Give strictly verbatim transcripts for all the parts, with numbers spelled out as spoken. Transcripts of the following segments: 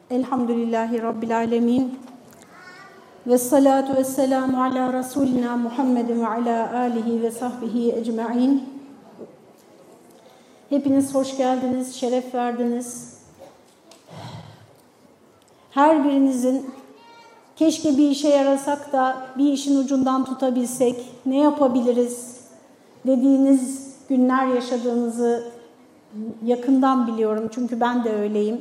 Elhamdülillahi Rabbil alemin. Ve salatu ve selamu ala Resulina Muhammedin ve ala alihi ve sahbihi ecma'in. Hepiniz hoş geldiniz, şeref verdiniz. Her birinizin keşke bir işe yarasak da bir işin ucundan tutabilsek, ne yapabiliriz dediğiniz günler yaşadığınızı yakından biliyorum. Çünkü ben de öyleyim.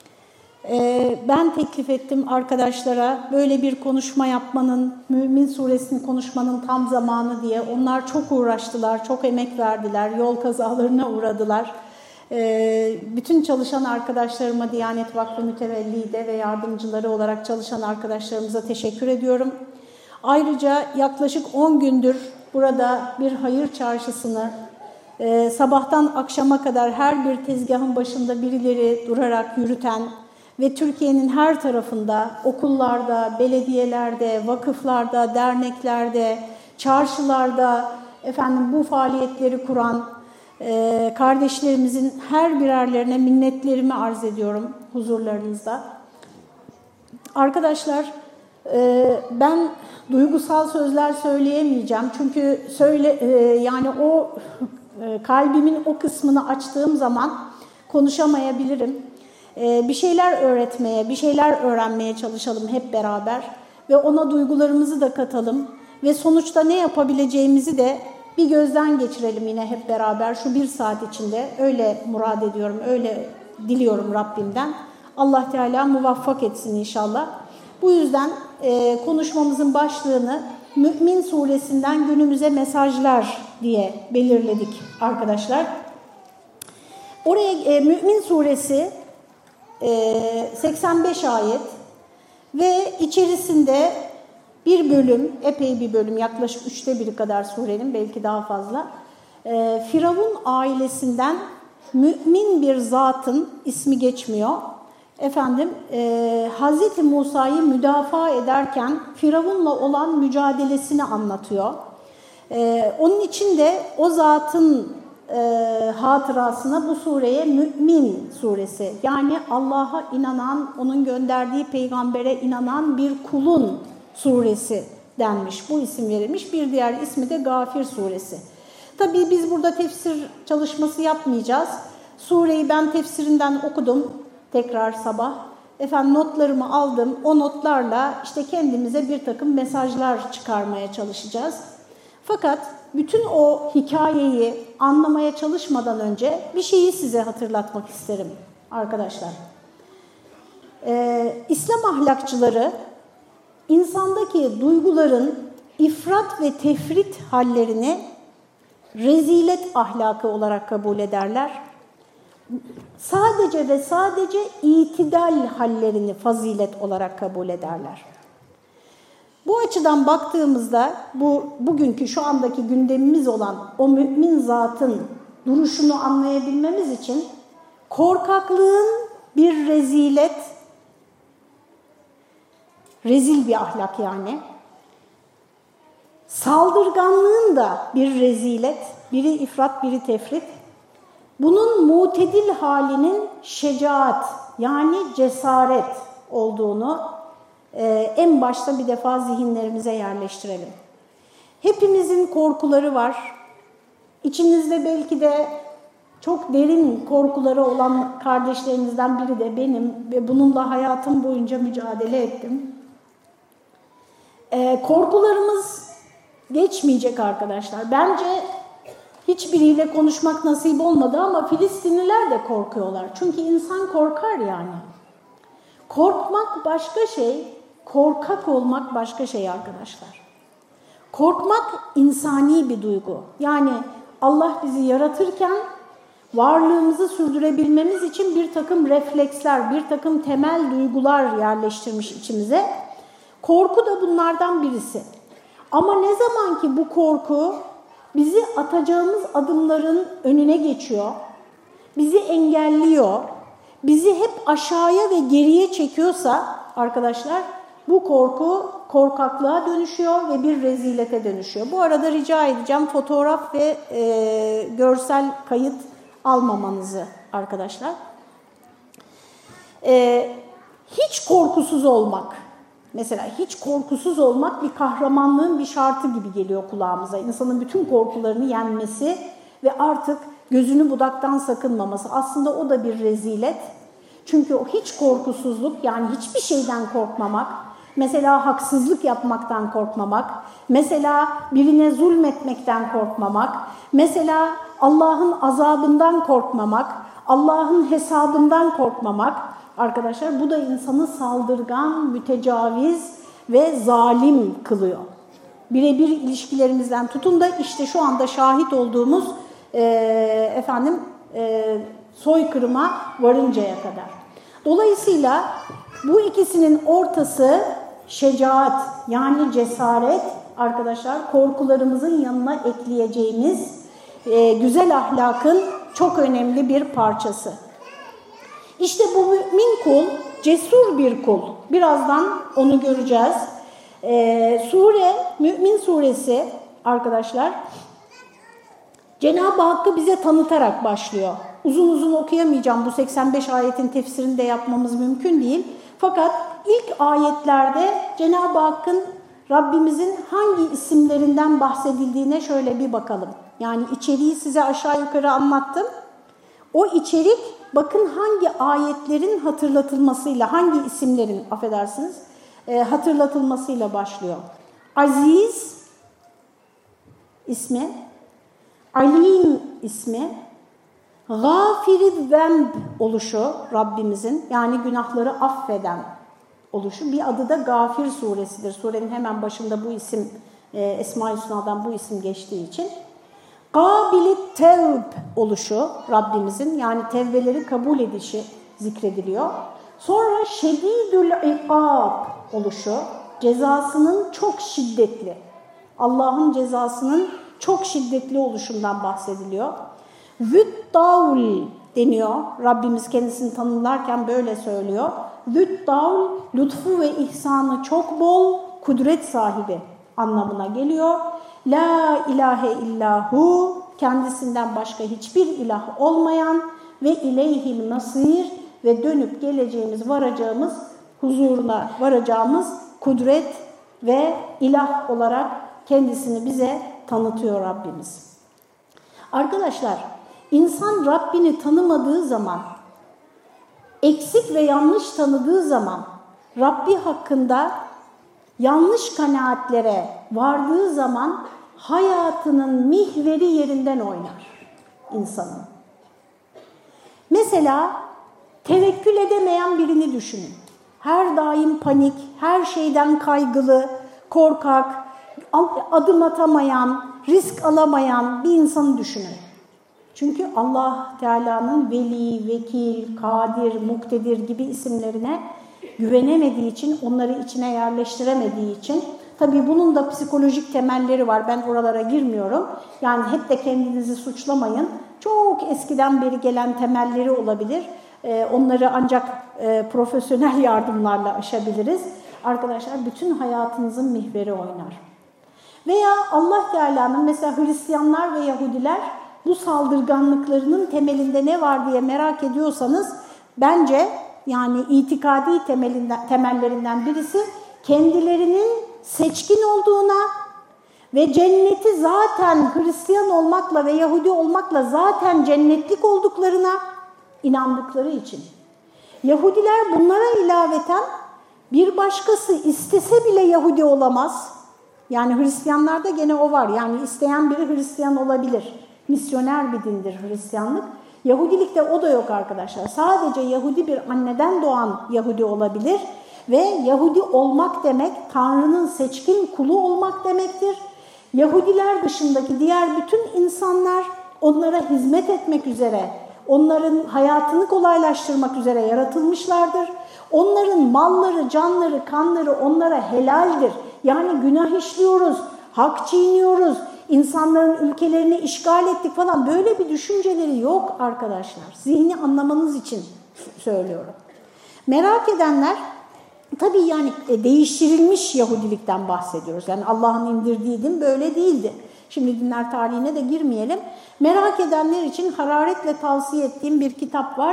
Ee, ben teklif ettim arkadaşlara böyle bir konuşma yapmanın, Mümin Suresini konuşmanın tam zamanı diye. Onlar çok uğraştılar, çok emek verdiler, yol kazalarına uğradılar. Ee, bütün çalışan arkadaşlarıma, Diyanet Vakfı Mütevellide ve yardımcıları olarak çalışan arkadaşlarımıza teşekkür ediyorum. Ayrıca yaklaşık on gündür burada bir hayır çarşısını e, sabahtan akşama kadar her bir tezgahın başında birileri durarak yürüten ve Türkiye'nin her tarafında, okullarda, belediyelerde, vakıflarda, derneklerde, çarşılarda efendim bu faaliyetleri kuran e, kardeşlerimizin her birerlerine minnetlerimi arz ediyorum huzurlarınızda. Arkadaşlar, e, ben duygusal sözler söyleyemeyeceğim çünkü söyle e, yani o e, kalbimin o kısmını açtığım zaman konuşamayabilirim. Bir şeyler öğretmeye, bir şeyler öğrenmeye çalışalım hep beraber ve ona duygularımızı da katalım ve sonuçta ne yapabileceğimizi de bir gözden geçirelim yine hep beraber şu bir saat içinde. Öyle murad ediyorum, öyle diliyorum Rabbimden. Allah Teala muvaffak etsin inşallah. Bu yüzden e, konuşmamızın başlığını Mümin Suresinden günümüze mesajlar diye belirledik arkadaşlar. Oraya e, Mümin Suresi seksen beş ayet ve içerisinde bir bölüm, epey bir bölüm, yaklaşık üçte biri kadar surenin, belki daha fazla, Firavun ailesinden mümin bir zatın ismi geçmiyor. Efendim, Hazreti Musa'yı müdafaa ederken Firavun'la olan mücadelesini anlatıyor. Onun için de o zatın E, hatırasına bu sureye Mümin suresi, yani Allah'a inanan, onun gönderdiği peygambere inanan bir kulun suresi denmiş. Bu isim verilmiş. Bir diğer ismi de Gafir suresi. Tabii biz burada tefsir çalışması yapmayacağız. Sureyi ben tefsirinden okudum tekrar sabah. Efendim notlarımı aldım. O notlarla işte kendimize bir takım mesajlar çıkarmaya çalışacağız. Fakat bütün o hikayeyi anlamaya çalışmadan önce bir şeyi size hatırlatmak isterim arkadaşlar. Ee, İslam ahlakçıları insandaki duyguların ifrat ve tefrit hallerini rezilet ahlakı olarak kabul ederler. Sadece ve sadece itidal hallerini fazilet olarak kabul ederler. Bu açıdan baktığımızda bu bugünkü şu andaki gündemimiz olan o mümin zatın duruşunu anlayabilmemiz için korkaklığın bir rezilet, rezil bir ahlak yani, saldırganlığın da bir rezilet, biri ifrat, biri tefrit, bunun mutedil halinin şecaat yani cesaret olduğunu Ee, en başta bir defa zihinlerimize yerleştirelim. Hepimizin korkuları var. İçinizde belki de çok derin korkuları olan kardeşlerinizden biri de benim ve bununla hayatım boyunca mücadele ettim. Ee, korkularımız geçmeyecek arkadaşlar. Bence hiçbiriyle konuşmak nasip olmadı ama Filistinliler de korkuyorlar. Çünkü insan korkar yani. Korkmak başka şey, korkak olmak başka şey arkadaşlar. Korkmak insani bir duygu. Yani Allah bizi yaratırken varlığımızı sürdürebilmemiz için bir takım refleksler, bir takım temel duygular yerleştirmiş içimize. Korku da bunlardan birisi. Ama ne zaman ki bu korku bizi atacağımız adımların önüne geçiyor, bizi engelliyor, bizi hep aşağıya ve geriye çekiyorsa arkadaşlar bu korku korkaklığa dönüşüyor ve bir rezilete dönüşüyor. Bu arada rica edeceğim fotoğraf ve e, görsel kayıt almamanızı arkadaşlar. E, hiç korkusuz olmak. Mesela hiç korkusuz olmak bir kahramanlığın bir şartı gibi geliyor kulağımıza. İnsanın bütün korkularını yenmesi ve artık gözünü budaktan sakınmaması. Aslında o da bir rezilet. Çünkü o hiç korkusuzluk, yani hiçbir şeyden korkmamak, mesela haksızlık yapmaktan korkmamak, mesela birine zulmetmekten korkmamak, mesela Allah'ın azabından korkmamak, Allah'ın hesabından korkmamak, arkadaşlar bu da insanı saldırgan, mütecaviz ve zalim kılıyor. Birebir ilişkilerimizden tutun da işte şu anda şahit olduğumuz e, efendim e, soykırıma varıncaya kadar. Dolayısıyla bu ikisinin ortası şecaat, yani cesaret arkadaşlar, korkularımızın yanına ekleyeceğimiz e, güzel ahlakın çok önemli bir parçası. İşte bu mümin kul, cesur bir kul. Birazdan onu göreceğiz. Ee, sure, Mümin suresi arkadaşlar, Cenab-ı Hakk'ı bize tanıtarak başlıyor. Uzun uzun okuyamayacağım, bu seksen beş ayetin tefsirini de yapmamız mümkün değil. Fakat ilk ayetlerde Cenab-ı Hakk'ın, Rabbimizin hangi isimlerinden bahsedildiğine şöyle bir bakalım. Yani içeriği size aşağı yukarı anlattım. O içerik, bakın hangi ayetlerin hatırlatılmasıyla, hangi isimlerin, affedersiniz, e, hatırlatılmasıyla başlıyor. Aziz ismi, Alim ismi, Gâfir-i Zemb oluşu Rabbimizin, yani günahları affeden oluşu. Bir adı da Gafir suresidir. Surenin hemen başında bu isim, e, Esma-i Hüsna'dan bu isim geçtiği için. Kâbil-i Tevb oluşu Rabbimizin, yani tevbeleri kabul edişi zikrediliyor. Sonra Şedîdül İkâb oluşu, cezasının çok şiddetli, Allah'ın cezasının çok şiddetli oluşundan bahsediliyor. Zü't-Davl deniyor, Rabbimiz kendisini tanımlarken böyle söylüyor. Zü't-Davl, lütfu ve ihsanı çok bol, kudret sahibi anlamına geliyor. La ilahe illahu, kendisinden başka hiçbir ilah olmayan ve ileyhil masir, ve dönüp geleceğimiz, varacağımız, huzuruna varacağımız kudret ve ilah olarak kendisini bize tanıtıyor Rabbimiz. Arkadaşlar, insan Rabbini tanımadığı zaman, eksik ve yanlış tanıdığı zaman, Rabbi hakkında yanlış kanaatlere vardığı zaman hayatının mihveri yerinden oynar insanın. Mesela tevekkül edemeyen birini düşünün. Her daim panik, her şeyden kaygılı, korkak, adım atamayan, risk alamayan bir insanı düşünün. Çünkü Allah Teala'nın veli, vekil, kadir, muktedir gibi isimlerine güvenemediği için, onları içine yerleştiremediği için, tabii bunun da psikolojik temelleri var, ben oralara girmiyorum. Yani hep de kendinizi suçlamayın. Çok eskiden beri gelen temelleri olabilir. Ee, onları ancak e, profesyonel yardımlarla aşabiliriz. Arkadaşlar, bütün hayatınızın mihveri oynar. Veya Allah Teala'nın, mesela Hristiyanlar ve Yahudiler bu saldırganlıklarının temelinde ne var diye merak ediyorsanız, bence yani itikadi temelinden, temellerinden birisi kendilerinin seçkin olduğuna ve cenneti zaten Hristiyan olmakla ve Yahudi olmakla zaten cennetlik olduklarına inandıkları için. Yahudiler bunlara ilaveten bir başkası istese bile Yahudi olamaz. Yani Hristiyanlarda gene o var. Yani isteyen biri Hristiyan olabilir. Misyoner bir dindir Hristiyanlık. Yahudilikte o da yok arkadaşlar. Sadece Yahudi bir anneden doğan Yahudi olabilir ve Yahudi olmak demek Tanrı'nın seçkin kulu olmak demektir. Yahudiler dışındaki diğer bütün insanlar onlara hizmet etmek üzere, onların hayatını kolaylaştırmak üzere yaratılmışlardır. Onların malları, canları, kanları onlara helaldir. Yani günah işliyoruz, hak çiğniyoruz, insanların ülkelerini işgal ettik falan, böyle bir düşünceleri yok arkadaşlar. Zihni anlamanız için söylüyorum. Merak edenler, tabii yani değiştirilmiş Yahudilikten bahsediyoruz. Yani Allah'ın indirdiği din böyle değildi. Şimdi dinler tarihine de girmeyelim. Merak edenler için hararetle tavsiye ettiğim bir kitap var.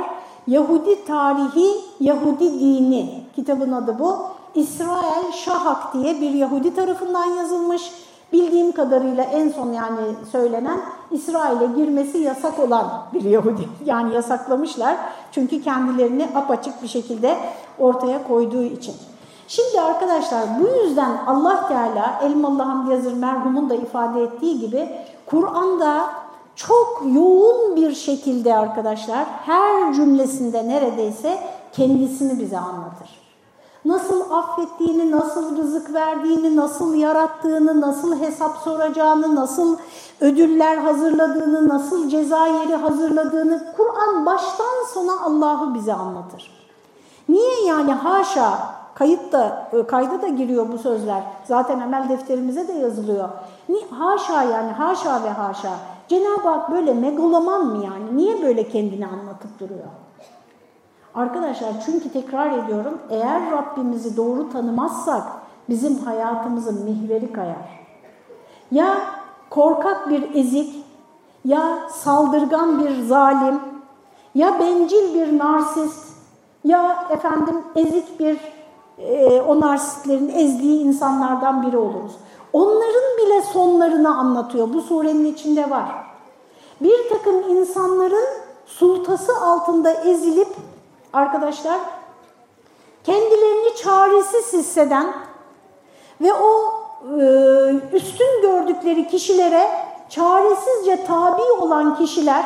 Yahudi Tarihi, Yahudi Dini, kitabın adı bu. İsrail Şahak diye bir Yahudi tarafından yazılmış. Bildiğim kadarıyla en son yani söylenen İsrail'e girmesi yasak olan bir Yahudi. Yani yasaklamışlar çünkü kendilerini apaçık bir şekilde ortaya koyduğu için. Şimdi arkadaşlar bu yüzden Allah Teala Elmalı Hamdi Yazır merhumun da ifade ettiği gibi Kur'an'da çok yoğun bir şekilde arkadaşlar her cümlesinde neredeyse kendisini bize anlatır. Nasıl affettiğini, nasıl rızık verdiğini, nasıl yarattığını, nasıl hesap soracağını, nasıl ödüller hazırladığını, nasıl ceza yeri hazırladığını Kur'an baştan sona Allah'ı bize anlatır. Niye yani haşa, kayıtta, kayda da giriyor bu sözler. Zaten amel defterimize de yazılıyor. Haşa yani haşa ve haşa. Cenab-ı Hak böyle megaloman mı yani? Niye böyle kendini anlatıp duruyor? Arkadaşlar çünkü tekrar ediyorum, eğer Rabbimizi doğru tanımazsak bizim hayatımızın mihveri kayar. Ya korkak bir ezik, ya saldırgan bir zalim, ya bencil bir narsist, ya efendim ezik bir, e, o narsistlerin ezdiği insanlardan biri oluruz. Onların bile sonlarını anlatıyor. Bu surenin içinde var. Bir takım insanların sultası altında ezilip arkadaşlar kendilerini çaresiz hisseden ve o e, üstün gördükleri kişilere çaresizce tabi olan kişiler,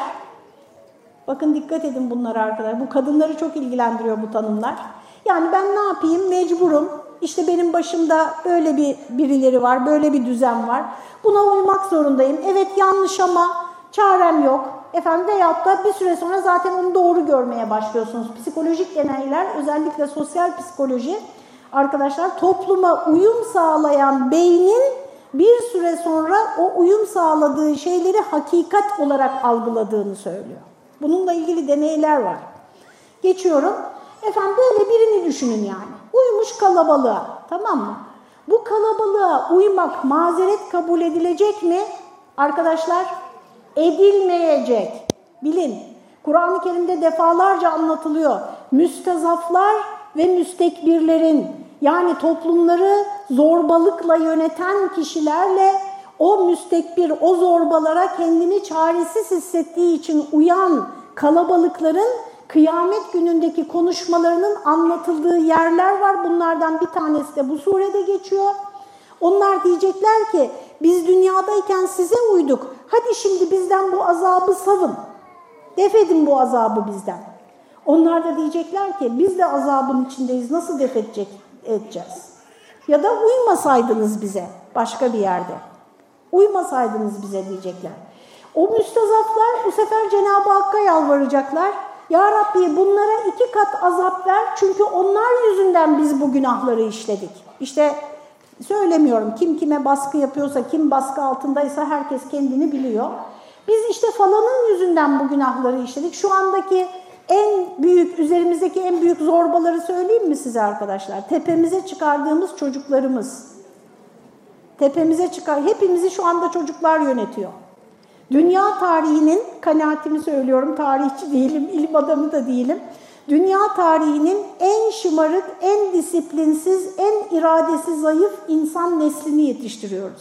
bakın dikkat edin bunlara arkadaşlar, bu kadınları çok ilgilendiriyor bu tanımlar. Yani ben ne yapayım, mecburum, işte benim başımda böyle bir birileri var, böyle bir düzen var, buna uymak zorundayım, evet yanlış ama çarem yok. Efendim veyahut da bir süre sonra zaten onu doğru görmeye başlıyorsunuz. Psikolojik deneyler, özellikle sosyal psikoloji arkadaşlar topluma uyum sağlayan beynin bir süre sonra o uyum sağladığı şeyleri hakikat olarak algıladığını söylüyor. Bununla ilgili deneyler var. Geçiyorum. Efendim böyle birini düşünün yani. Uymuş kalabalığa, tamam mı? Bu kalabalığa uymak mazeret kabul edilecek mi? Arkadaşlar edilmeyecek. Bilin, Kur'an-ı Kerim'de defalarca anlatılıyor. Müstezaflar ve müstekbirlerin, yani toplumları zorbalıkla yöneten kişilerle o müstekbir, o zorbalara kendini çaresiz hissettiği için uyan kalabalıkların kıyamet günündeki konuşmalarının anlatıldığı yerler var. Bunlardan bir tanesi de bu surede geçiyor. Onlar diyecekler ki biz dünyadayken size uyduk. Hadi şimdi bizden bu azabı savun. Def edin bu azabı bizden. Onlar da diyecekler ki biz de azabın içindeyiz. Nasıl def edecek, edeceğiz? Ya da uymasaydınız bize başka bir yerde. Uymasaydınız bize diyecekler. O müstezaflar bu sefer Cenab-ı Hakk'a yalvaracaklar. Ya Rabbi bunlara iki kat azap ver çünkü onlar yüzünden biz bu günahları işledik. İşte söylemiyorum, kim kime baskı yapıyorsa, kim baskı altındaysa herkes kendini biliyor. Biz işte falanın yüzünden bu günahları işledik. Şu andaki en büyük, üzerimizdeki en büyük zorbaları söyleyeyim mi size arkadaşlar? Tepemize çıkardığımız çocuklarımız. Tepemize çıkar, hepimizi şu anda çocuklar yönetiyor. Dünya tarihinin, kanaatimi söylüyorum, tarihçi değilim, ilim adamı da değilim. Dünya tarihinin en şımarık, en disiplinsiz, en iradesi zayıf insan neslini yetiştiriyoruz.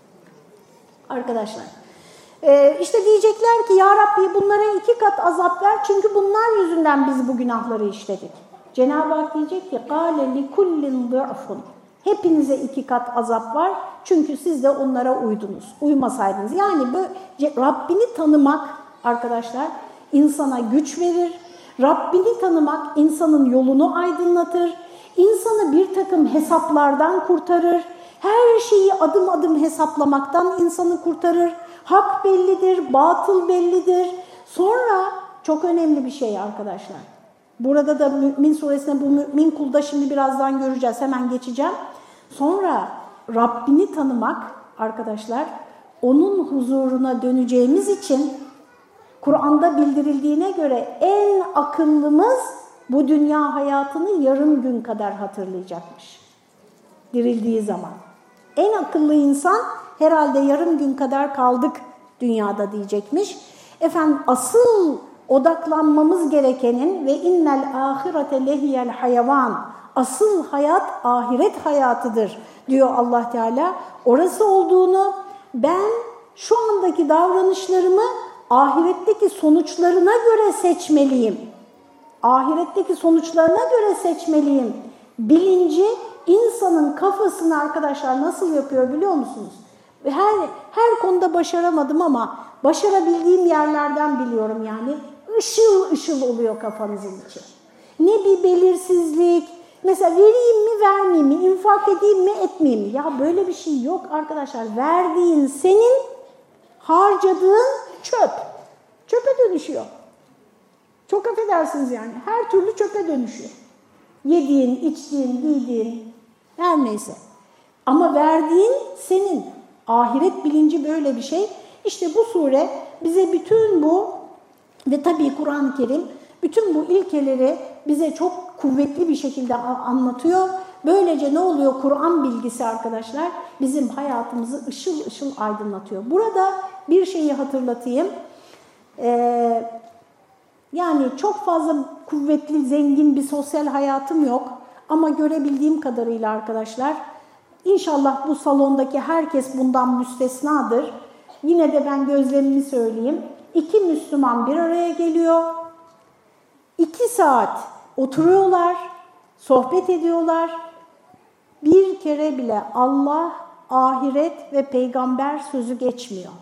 Arkadaşlar, ee, işte diyecekler ki ya Rabbi bunlara iki kat azap ver çünkü bunlar yüzünden biz bu günahları işledik. Cenab-ı Hak diyecek ki قَالَ لِكُلِّنْ ضِعْفٌ Hepinize iki kat azap var çünkü siz de onlara uydunuz, uymasaydınız. Yani bu Rabbini tanımak arkadaşlar insana güç verir. Rabbini tanımak insanın yolunu aydınlatır. İnsanı bir takım hesaplardan kurtarır. Her şeyi adım adım hesaplamaktan insanı kurtarır. Hak bellidir, batıl bellidir. Sonra çok önemli bir şey arkadaşlar. Burada da Mü'min suresinde bu mümin kulda şimdi birazdan göreceğiz. Hemen geçeceğim. Sonra Rabbini tanımak arkadaşlar, onun huzuruna döneceğimiz için Kur'an'da bildirildiğine göre en akıllımız bu dünya hayatını yarım gün kadar hatırlayacakmış. Dirildiği zaman. En akıllı insan herhalde yarım gün kadar kaldık dünyada diyecekmiş. Efendim asıl odaklanmamız gerekenin ve innel ahirete lehiyel hayvan, asıl hayat ahiret hayatıdır diyor Allah Teala. Orası olduğunu, ben şu andaki davranışlarımı ahiretteki sonuçlarına göre seçmeliyim. Ahiretteki sonuçlarına göre seçmeliyim. Bilinci insanın kafasını arkadaşlar nasıl yapıyor biliyor musunuz? Her, her konuda başaramadım ama başarabildiğim yerlerden biliyorum yani. Işıl ışıl oluyor kafanızın içi. Ne bir belirsizlik, mesela vereyim mi vermeyeyim mi, infak edeyim mi etmeyeyim mi? Ya böyle bir şey yok arkadaşlar. Verdiğin senin, harcadığın çöp. Çöpe dönüşüyor. Çok affedersiniz yani. Her türlü çöpe dönüşüyor. Yediğin, içtiğin, giydiğin, her neyse. Ama verdiğin senin. Ahiret bilinci böyle bir şey. İşte bu sure bize bütün bu ve tabii Kur'an-ı Kerim bütün bu ilkeleri bize çok kuvvetli bir şekilde anlatıyor. Böylece ne oluyor? Kur'an bilgisi arkadaşlar bizim hayatımızı ışıl ışıl aydınlatıyor. Burada bir şeyi hatırlatayım. Ee, yani çok fazla kuvvetli, zengin bir sosyal hayatım yok. Ama görebildiğim kadarıyla arkadaşlar, İnşallah bu salondaki herkes bundan müstesnadır. Yine de ben gözlemimi söyleyeyim. İki Müslüman bir araya geliyor. İki saat oturuyorlar, sohbet ediyorlar. Bir kere bile Allah, ahiret ve peygamber sözü geçmiyor.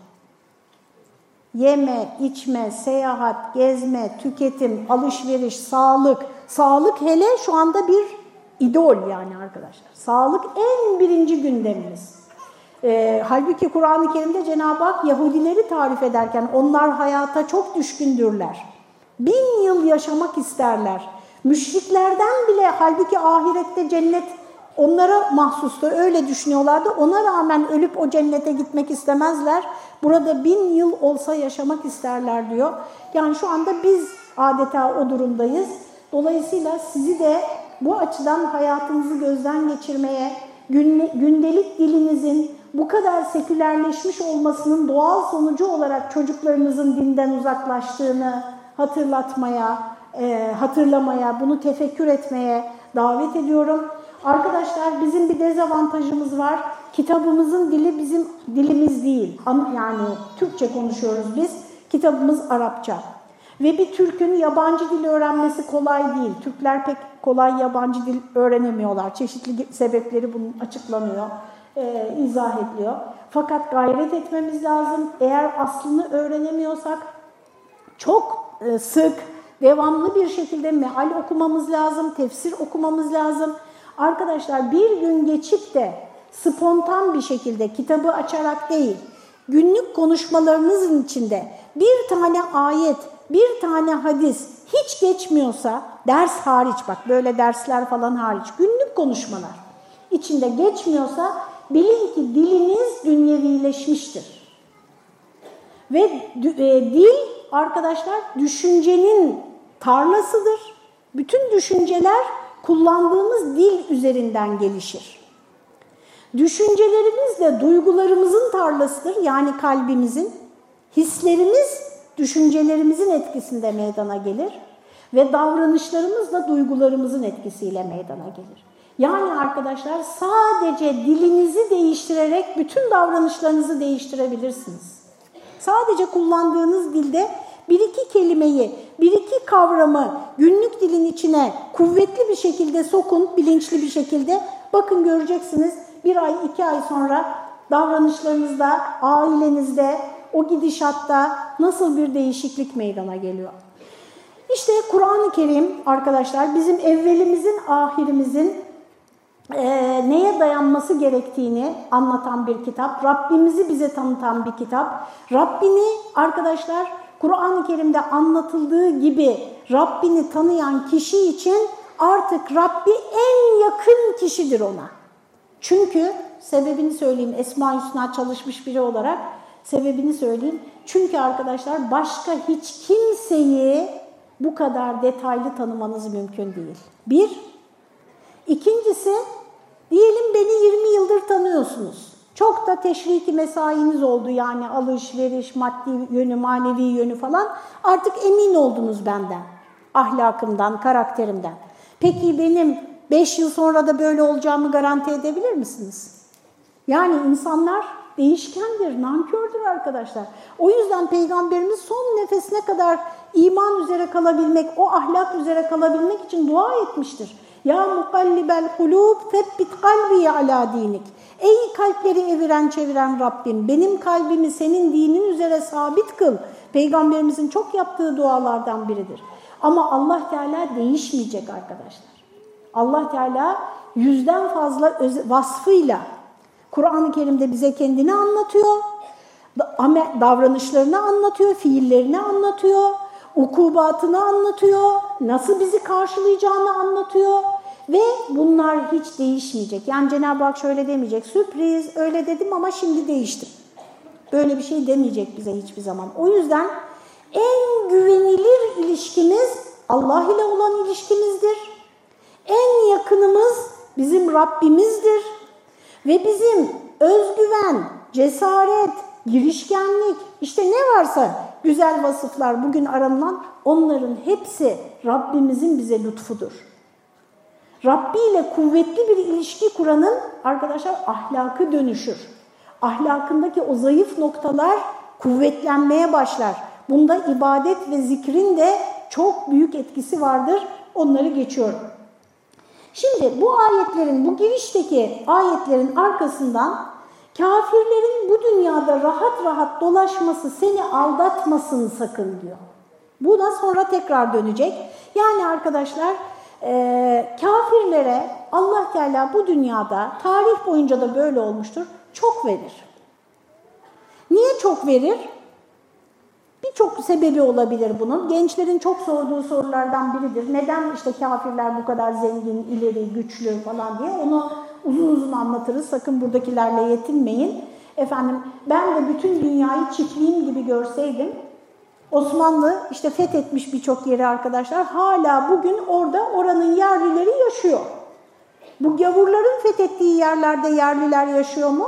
Yeme, içme, seyahat, gezme, tüketim, alışveriş, sağlık. Sağlık hele şu anda bir idol yani arkadaşlar. Sağlık en birinci gündemimiz. Ee, halbuki Kur'an-ı Kerim'de Cenab-ı Hak Yahudileri tarif ederken onlar hayata çok düşkündürler. Bin yıl yaşamak isterler. Müşriklerden bile halbuki ahirette cennet onlara mahsustu. Öyle düşünüyorlardı. Ona rağmen ölüp o cennete gitmek istemezler. Burada bin yıl olsa yaşamak isterler diyor. Yani şu anda biz adeta o durumdayız. Dolayısıyla sizi de bu açıdan hayatınızı gözden geçirmeye, gündelik dilinizin bu kadar sekülerleşmiş olmasının doğal sonucu olarak çocuklarınızın dinden uzaklaştığını hatırlatmaya, e, hatırlamaya, bunu tefekkür etmeye davet ediyorum. Arkadaşlar bizim bir dezavantajımız var. Kitabımızın dili bizim dilimiz değil. Yani Türkçe konuşuyoruz biz. Kitabımız Arapça. Ve bir Türk'ün yabancı dil öğrenmesi kolay değil. Türkler pek kolay yabancı dil öğrenemiyorlar. Çeşitli sebepleri bunun açıklanıyor, e, izah ediliyor. Fakat gayret etmemiz lazım. Eğer aslını öğrenemiyorsak çok e, sık, devamlı bir şekilde meal okumamız lazım, tefsir okumamız lazım. Arkadaşlar bir gün geçip de spontan bir şekilde kitabı açarak değil, günlük konuşmalarınızın içinde bir tane ayet, bir tane hadis hiç geçmiyorsa, ders hariç bak böyle dersler falan hariç, günlük konuşmalar içinde geçmiyorsa bilin ki diliniz dünyevileşmiştir. Ve e, dil arkadaşlar düşüncenin tarlasıdır. Bütün düşünceler kullandığımız dil üzerinden gelişir. Düşüncelerimiz de duygularımızın tarlasıdır, yani kalbimizin. Hislerimiz düşüncelerimizin etkisinde meydana gelir ve davranışlarımız da duygularımızın etkisiyle meydana gelir. Yani arkadaşlar sadece dilinizi değiştirerek bütün davranışlarınızı değiştirebilirsiniz. Sadece kullandığınız dilde bir iki kelimeyi, bir iki kavramı günlük dilin içine kuvvetli bir şekilde sokun, bilinçli bir şekilde. Bakın göreceksiniz bir ay, iki ay sonra davranışlarınızda, ailenizde, o gidişatta nasıl bir değişiklik meydana geliyor. İşte Kur'an-ı Kerim arkadaşlar bizim evvelimizin, ahirimizin e, neye dayanması gerektiğini anlatan bir kitap. Rabbimizi bize tanıtan bir kitap. Rabbini arkadaşlar Kur'an-ı Kerim'de anlatıldığı gibi Rabbini tanıyan kişi için artık Rabbi en yakın kişidir ona. Çünkü sebebini söyleyeyim, Esma-i Hüsna çalışmış biri olarak sebebini söyleyeyim. Çünkü arkadaşlar başka hiç kimseyi bu kadar detaylı tanımanız mümkün değil. Bir. İkincisi, diyelim beni yirmi yıldır tanıyorsunuz. Çok da teşviki mesainiz oldu, yani alışveriş, maddi yönü, manevi yönü falan. Artık emin oldunuz benden, ahlakımdan, karakterimden. Peki benim beş yıl sonra da böyle olacağımı garanti edebilir misiniz? Yani insanlar değişkendir, nankördür arkadaşlar. O yüzden Peygamberimiz son nefesine kadar iman üzere kalabilmek, o ahlak üzere kalabilmek için dua etmiştir. Ya mukallibel kulub febbit kalbi ala dinik. Ey kalpleri eviren çeviren Rabbim, benim kalbimi senin dinin üzere sabit kıl. Peygamberimizin çok yaptığı dualardan biridir. Ama Allah Teala değişmeyecek arkadaşlar. Allah Teala yüzden fazla vasfıyla Kur'an-ı Kerim'de bize kendini anlatıyor, davranışlarını anlatıyor, fiillerini anlatıyor, ukubatını anlatıyor, nasıl bizi karşılayacağını anlatıyor ve bunlar hiç değişmeyecek. Yani Cenab-ı Hak şöyle demeyecek, sürpriz öyle dedim ama şimdi değiştim. Böyle bir şey demeyecek bize hiçbir zaman. O yüzden en güvenilir ilişkimiz Allah ile olan ilişkimizdir. En yakınımız bizim Rabbimizdir. Ve bizim özgüven, cesaret, girişkenlik, işte ne varsa güzel vasıflar bugün aranılan, onların hepsi Rabbimizin bize lütfudur. Rabbi ile kuvvetli bir ilişki kuranın arkadaşlar ahlakı dönüşür. Ahlakındaki o zayıf noktalar kuvvetlenmeye başlar. Bunda ibadet ve zikrin de çok büyük etkisi vardır. Onları geçiyorum. Şimdi bu ayetlerin, bu girişteki ayetlerin arkasından kafirlerin bu dünyada rahat rahat dolaşması seni aldatmasın sakın diyor. Buna sonra tekrar dönecek. Yani arkadaşlar e, kafirlere Allah Teala bu dünyada, tarih boyunca da böyle olmuştur, çok verir. Niye çok verir? Birçok sebebi olabilir bunun. Gençlerin çok sorduğu sorulardan biridir. Neden işte kafirler bu kadar zengin, ileri, güçlü falan diye. Onu uzun uzun anlatırız. Sakın buradakilerle yetinmeyin. Efendim ben de bütün dünyayı çiftliğim gibi görseydim, Osmanlı işte fethetmiş birçok yeri arkadaşlar. Hala bugün orada oranın yerlileri yaşıyor. Bu gavurların fethettiği yerlerde yerliler yaşıyor mu?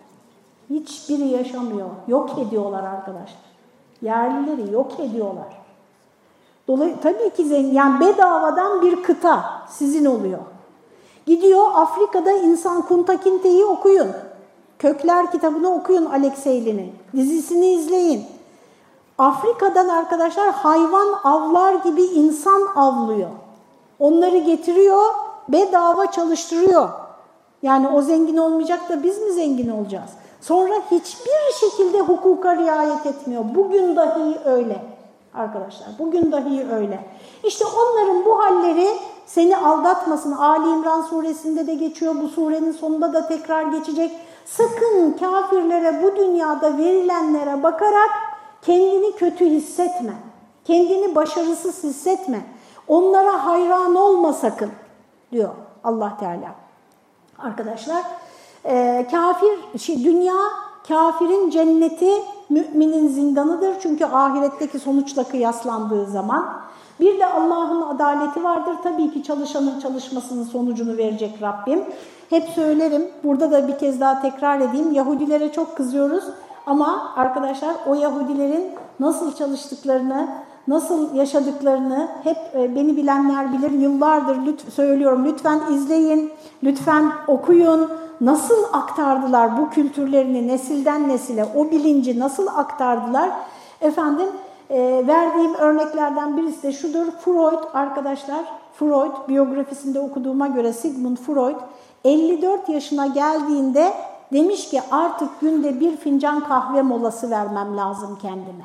Hiçbiri yaşamıyor. Yok ediyorlar arkadaşlar. Yerlileri yok ediyorlar. Dolayı, tabii ki zengin, yani bedavadan bir kıta sizin oluyor. Gidiyor Afrika'da insan Kunta Kinte'yi okuyun. Kökler kitabını okuyun Alexeyli'nin. Dizisini izleyin. Afrika'dan arkadaşlar hayvan avlar gibi insan avlıyor. Onları getiriyor, bedava çalıştırıyor. Yani o zengin olmayacak da biz mi zengin olacağız? Sonra hiçbir şekilde hukuka riayet etmiyor. Bugün dahi öyle arkadaşlar. Bugün dahi öyle. İşte onların bu halleri seni aldatmasın. Ali İmran suresinde de geçiyor. Bu surenin sonunda da tekrar geçecek. Sakın kafirlere, bu dünyada verilenlere bakarak kendini kötü hissetme. Kendini başarısız hissetme. Onlara hayran olma sakın diyor Allah Teala. Arkadaşlar, e, kafir, şey, dünya kafirin cenneti, müminin zindanıdır. Çünkü ahiretteki sonuçla kıyaslandığı zaman. Bir de Allah'ın adaleti vardır. Tabii ki çalışanın çalışmasının sonucunu verecek Rabbim. Hep söylerim, burada da bir kez daha tekrar edeyim. Yahudilere çok kızıyoruz ama arkadaşlar o Yahudilerin nasıl çalıştıklarını, nasıl yaşadıklarını hep beni bilenler bilir. Yıllardır lütfen söylüyorum, lütfen izleyin, lütfen okuyun. Nasıl aktardılar bu kültürlerini nesilden nesile, o bilinci nasıl aktardılar? Efendim, e, verdiğim örneklerden birisi de şudur. Freud arkadaşlar, Freud biyografisinde okuduğuma göre Sigmund Freud elli dört yaşına geldiğinde demiş ki artık günde bir fincan kahve molası vermem lazım kendime.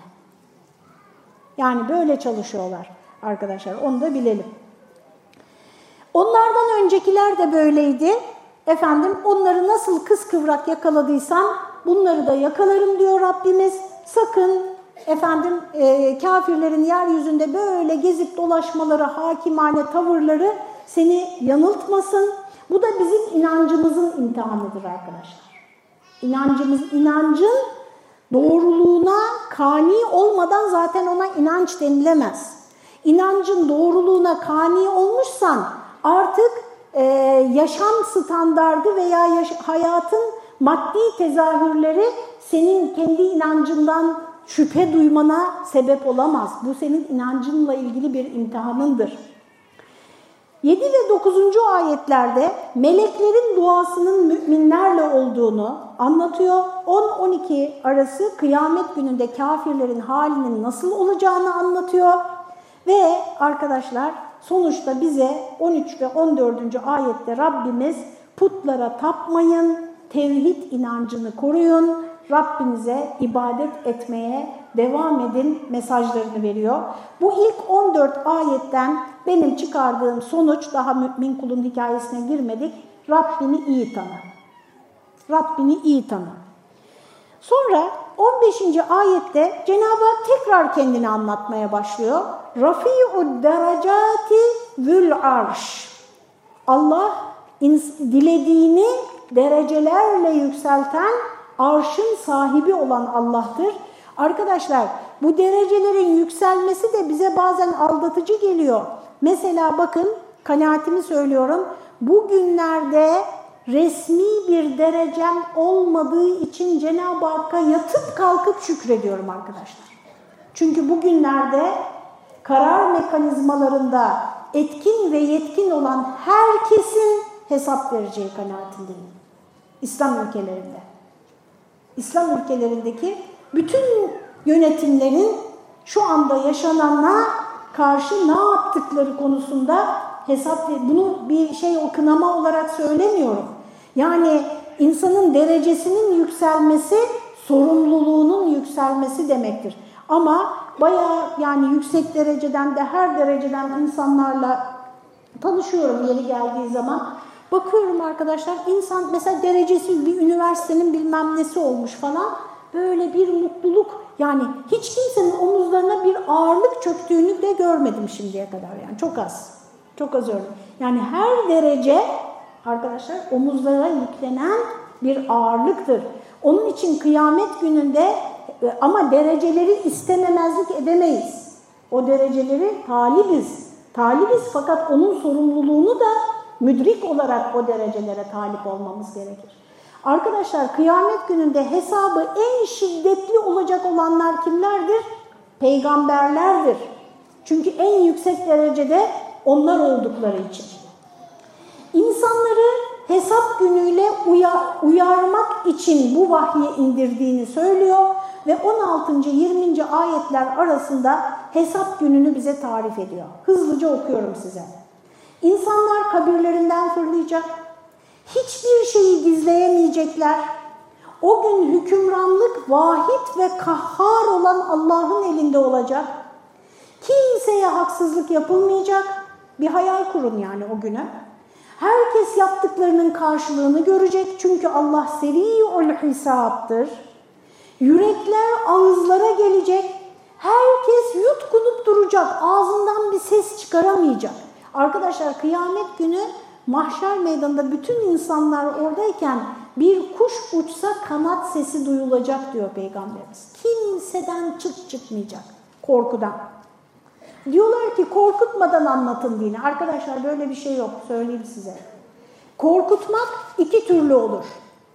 Yani böyle çalışıyorlar arkadaşlar, onu da bilelim. Onlardan öncekiler de böyleydi. Efendim onları nasıl kıskıvrak yakaladıysam bunları da yakalarım diyor Rabbimiz. Sakın efendim e, kafirlerin yeryüzünde böyle gezip dolaşmaları, hakimane tavırları seni yanıltmasın. Bu da bizim inancımızın imtihanıdır arkadaşlar. İnancımız, inancın doğruluğuna kani olmadan zaten ona inanç denilemez. İnancın doğruluğuna kani olmuşsan artık Ee, yaşam standardı veya yaş- hayatın maddi tezahürleri senin kendi inancından şüphe duymana sebep olamaz. Bu senin inancınla ilgili bir imtihanındır. yedi ve dokuzuncu ayetlerde meleklerin duasının müminlerle olduğunu anlatıyor. on on iki arası kıyamet gününde kafirlerin halinin nasıl olacağını anlatıyor. Ve arkadaşlar sonuçta bize on üç ve on dördüncü ayette Rabbimiz putlara tapmayın, tevhid inancını koruyun, Rabbinize ibadet etmeye devam edin mesajlarını veriyor. Bu ilk on dört ayetten benim çıkardığım sonuç, daha mümin kulun hikayesine girmedik, Rabbini iyi tanı. Rabbini iyi tanı. Sonra on beşinci ayette Cenab-ı Hak tekrar kendini anlatmaya başlıyor. Rafi'ud derecati zül arş. Allah dilediğini derecelerle yükselten, arşın sahibi olan Allah'tır. Arkadaşlar bu derecelerin yükselmesi de bize bazen aldatıcı geliyor. Mesela bakın, kanaatimi söylüyorum. Bugünlerde resmi bir derecem olmadığı için Cenab-ı Hakk'a yatıp kalkıp şükrediyorum arkadaşlar. Çünkü bugünlerde karar mekanizmalarında etkin ve yetkin olan herkesin hesap vereceği kanaatindeyim. İslam ülkelerinde. İslam ülkelerindeki bütün yönetimlerin şu anda yaşanana karşı ne yaptıkları konusunda hesap, bunu bir şey o kınama olarak söylemiyorum. Yani insanın derecesinin yükselmesi, sorumluluğunun yükselmesi demektir. Ama bayağı yani yüksek dereceden de her dereceden insanlarla tanışıyorum yeri geldiği zaman. Bakıyorum arkadaşlar, insan mesela derecesi bir üniversitenin bilmem nesi olmuş falan, böyle bir mutluluk, yani hiç kimsenin omuzlarına bir ağırlık çöktüğünü de görmedim şimdiye kadar, yani çok az, çok az örnek. Yani her derece arkadaşlar omuzlara yüklenen bir ağırlıktır. Onun için kıyamet gününde ama dereceleri istememezlik edemeyiz. O dereceleri talibiz, talibiz fakat onun sorumluluğunu da müdrik olarak o derecelere talip olmamız gerekir. Arkadaşlar kıyamet gününde hesabı en şiddetli olacak olanlar kimlerdir? Peygamberlerdir. Çünkü en yüksek derecede onlar oldukları için. İnsanları hesap günüyle uyarmak için bu vahyi indirdiğini söylüyor ve on altıncı yirminci ayetler arasında hesap gününü bize tarif ediyor. Hızlıca okuyorum size. İnsanlar kabirlerinden fırlayacak, hiçbir şeyi gizleyemeyecekler. O gün hükümranlık vahid ve kahhar olan Allah'ın elinde olacak. Kimseye haksızlık yapılmayacak. Bir hayal kurun yani o güne. Herkes yaptıklarının karşılığını görecek çünkü Allah seri'ul hisaptır. Yürekler ağızlara gelecek. Herkes yutkunup duracak, ağzından bir ses çıkaramayacak. Arkadaşlar kıyamet günü mahşer meydanında bütün insanlar oradayken bir kuş uçsa kanat sesi duyulacak diyor Peygamberimiz. Kimseden çıt çıkmayacak korkudan. Diyorlar ki korkutmadan anlatın dini. Arkadaşlar böyle bir şey yok, söyleyeyim size. Korkutmak iki türlü olur.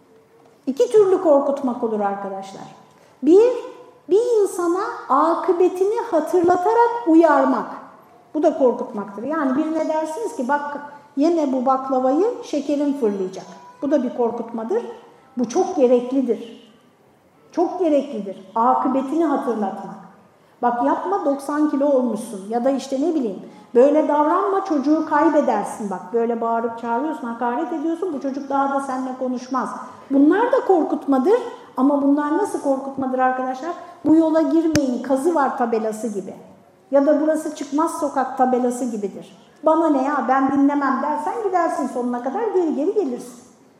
İki türlü korkutmak olur arkadaşlar. Bir, bir insana akıbetini hatırlatarak uyarmak. Bu da korkutmaktır. Yani birine dersiniz ki bak yeme bu baklavayı, şekerin fırlayacak. Bu da bir korkutmadır. Bu çok gereklidir. Çok gereklidir. Akıbetini hatırlatmak. Bak yapma doksan kilo olmuşsun ya da işte ne bileyim böyle davranma çocuğu kaybedersin bak. Böyle bağırıp çağırıyorsun, hakaret ediyorsun, bu çocuk daha da seninle konuşmaz. Bunlar da korkutmadır ama bunlar nasıl korkutmadır arkadaşlar? Bu yola girmeyin, kazı var tabelası gibi. Ya da burası çıkmaz sokak tabelası gibidir. Bana ne ya ben dinlemem dersen gidersin sonuna kadar geri geri gelirsin.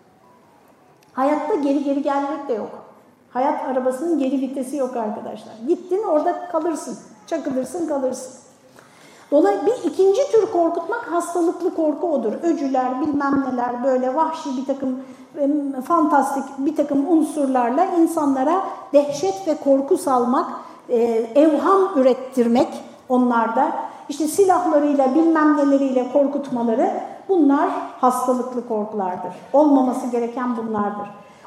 Hayatta geri geri gelmek de yok. Hayat arabasının geri vitesi yok arkadaşlar. Gittin orada kalırsın. Çakılırsın kalırsın. Dolayısıyla bir ikinci tür korkutmak hastalıklı korku odur. Öcüler bilmem neler böyle vahşi bir takım e, fantastik bir takım unsurlarla insanlara dehşet ve korku salmak, e, evham ürettirmek onlarda. İşte silahlarıyla bilmem neleriyle korkutmaları bunlar hastalıklı korkulardır. Olmaması gereken bunlardır.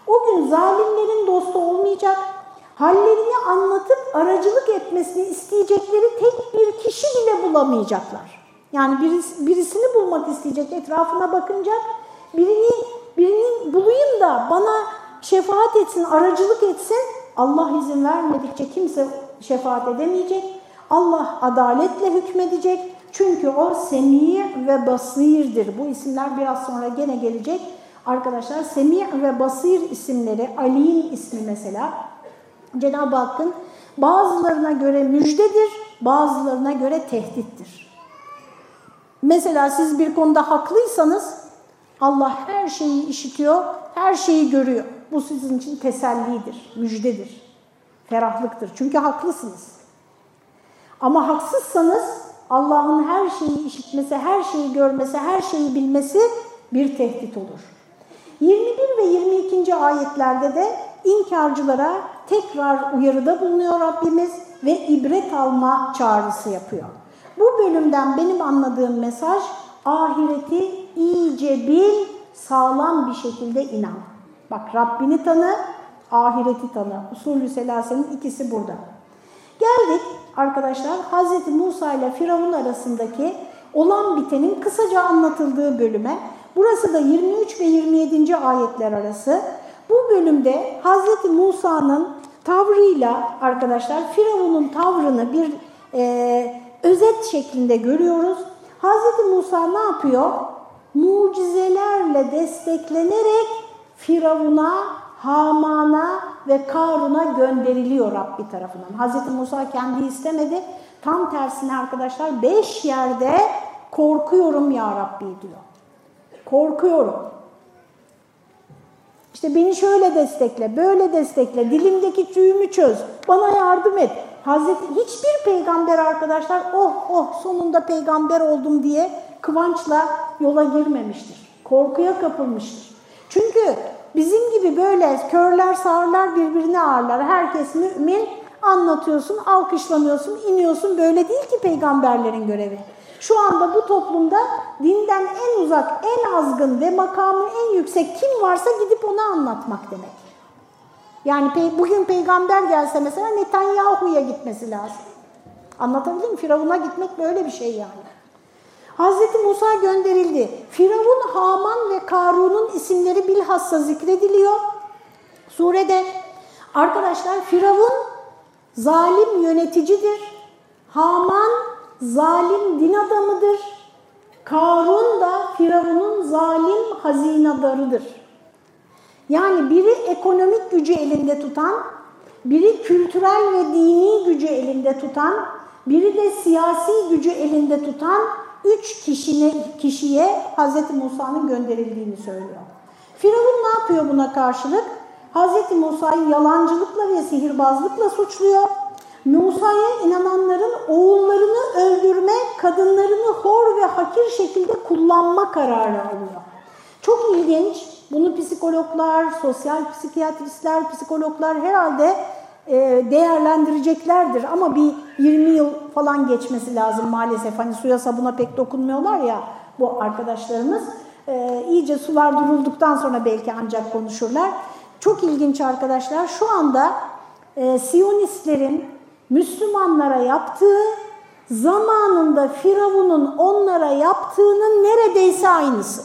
O gün zalimlerin dostu olmayacak, hallerini anlatıp aracılık etmesini isteyecekleri tek bir kişi bile bulamayacaklar. Yani birisi, birisini bulmak isteyecek, etrafına bakınacak, birini, birini bulayım da bana şefaat etsin, aracılık etsin. Allah izin vermedikçe kimse şefaat edemeyecek. Allah adaletle hükmedecek. Çünkü o Semi' ve Basir'dir. Bu isimler biraz sonra gene gelecek. Arkadaşlar Semi' ve Basir isimleri, Ali'nin ismi mesela, Cenab-ı Hakk'ın bazılarına göre müjdedir, bazılarına göre tehdittir. Mesela siz bir konuda haklıysanız Allah her şeyi işitiyor, her şeyi görüyor. Bu sizin için tesellidir, müjdedir, ferahlıktır. Çünkü haklısınız. Ama haksızsanız Allah'ın her şeyi işitmesi, her şeyi görmesi, her şeyi bilmesi bir tehdit olur. yirmi bir ve yirmi ikinci ayetlerde de inkarcılara tekrar uyarıda bulunuyor Rabbimiz ve ibret alma çağrısı yapıyor. Bu bölümden benim anladığım mesaj, ahireti iyice bil, sağlam bir şekilde inan. Bak, Rabbini tanı, ahireti tanı. Usulü selasenin ikisi burada. Geldik arkadaşlar Hazreti Musa ile Firavun arasındaki olan bitenin kısaca anlatıldığı bölüme. Burası da yirmi üç ve yirmi yedinci ayetler arası. Bu bölümde Hazreti Musa'nın tavrıyla arkadaşlar Firavun'un tavrını bir e, özet şeklinde görüyoruz. Hazreti Musa ne yapıyor? Mucizelerle desteklenerek Firavun'a, Haman'a ve Karun'a gönderiliyor Rabbi tarafından. Hazreti Musa kendi istemedi. Tam tersine arkadaşlar beş yerde korkuyorum ya Rabbi diyor. Korkuyorum. İşte beni şöyle destekle, böyle destekle, dilimdeki tüyümü çöz, bana yardım et. Hazreti hiçbir peygamber arkadaşlar oh oh sonunda peygamber oldum diye kıvançla yola girmemiştir. Korkuya kapılmıştır. Çünkü bizim gibi böyle körler sağırlar birbirine ağırlar. Herkes mümin, anlatıyorsun, alkışlanıyorsun, iniyorsun. Böyle değil ki peygamberlerin görevi. Şu anda bu toplumda dinden en uzak, en azgın ve makamı en yüksek kim varsa gidip onu anlatmak demek. Yani pe- bugün peygamber gelse mesela Netanyahu'ya gitmesi lazım. Anlatabildim mi? Firavun'a gitmek böyle bir şey yani. Hazreti Musa gönderildi. Firavun, Haman ve Karun'un isimleri bilhassa zikrediliyor surede. Arkadaşlar Firavun zalim yöneticidir. Haman zalim din adamıdır. Karun da Firavun'un zalim hazinedarıdır. Yani biri ekonomik gücü elinde tutan, biri kültürel ve dini gücü elinde tutan, biri de siyasi gücü elinde tutan üç kişine, kişiye Hazreti Musa'nın gönderildiğini söylüyor. Firavun ne yapıyor buna karşılık? Hazreti Musa'yı yalancılıkla ve sihirbazlıkla suçluyor. Musa'ya inananların oğullarını öldürme, kadınlarını hor ve hakir şekilde kullanma kararı alıyor. Çok ilginç. Bunu psikologlar, sosyal psikiyatristler, psikologlar herhalde e, değerlendireceklerdir. Ama bir yirmi yıl falan geçmesi lazım maalesef. Hani suya sabuna pek dokunmuyorlar ya bu arkadaşlarımız. E, iyice sular durulduktan sonra belki ancak konuşurlar. Çok ilginç arkadaşlar. Şu anda e, Siyonistlerin Müslümanlara yaptığı zamanında Firavun'un onlara yaptığının neredeyse aynısı.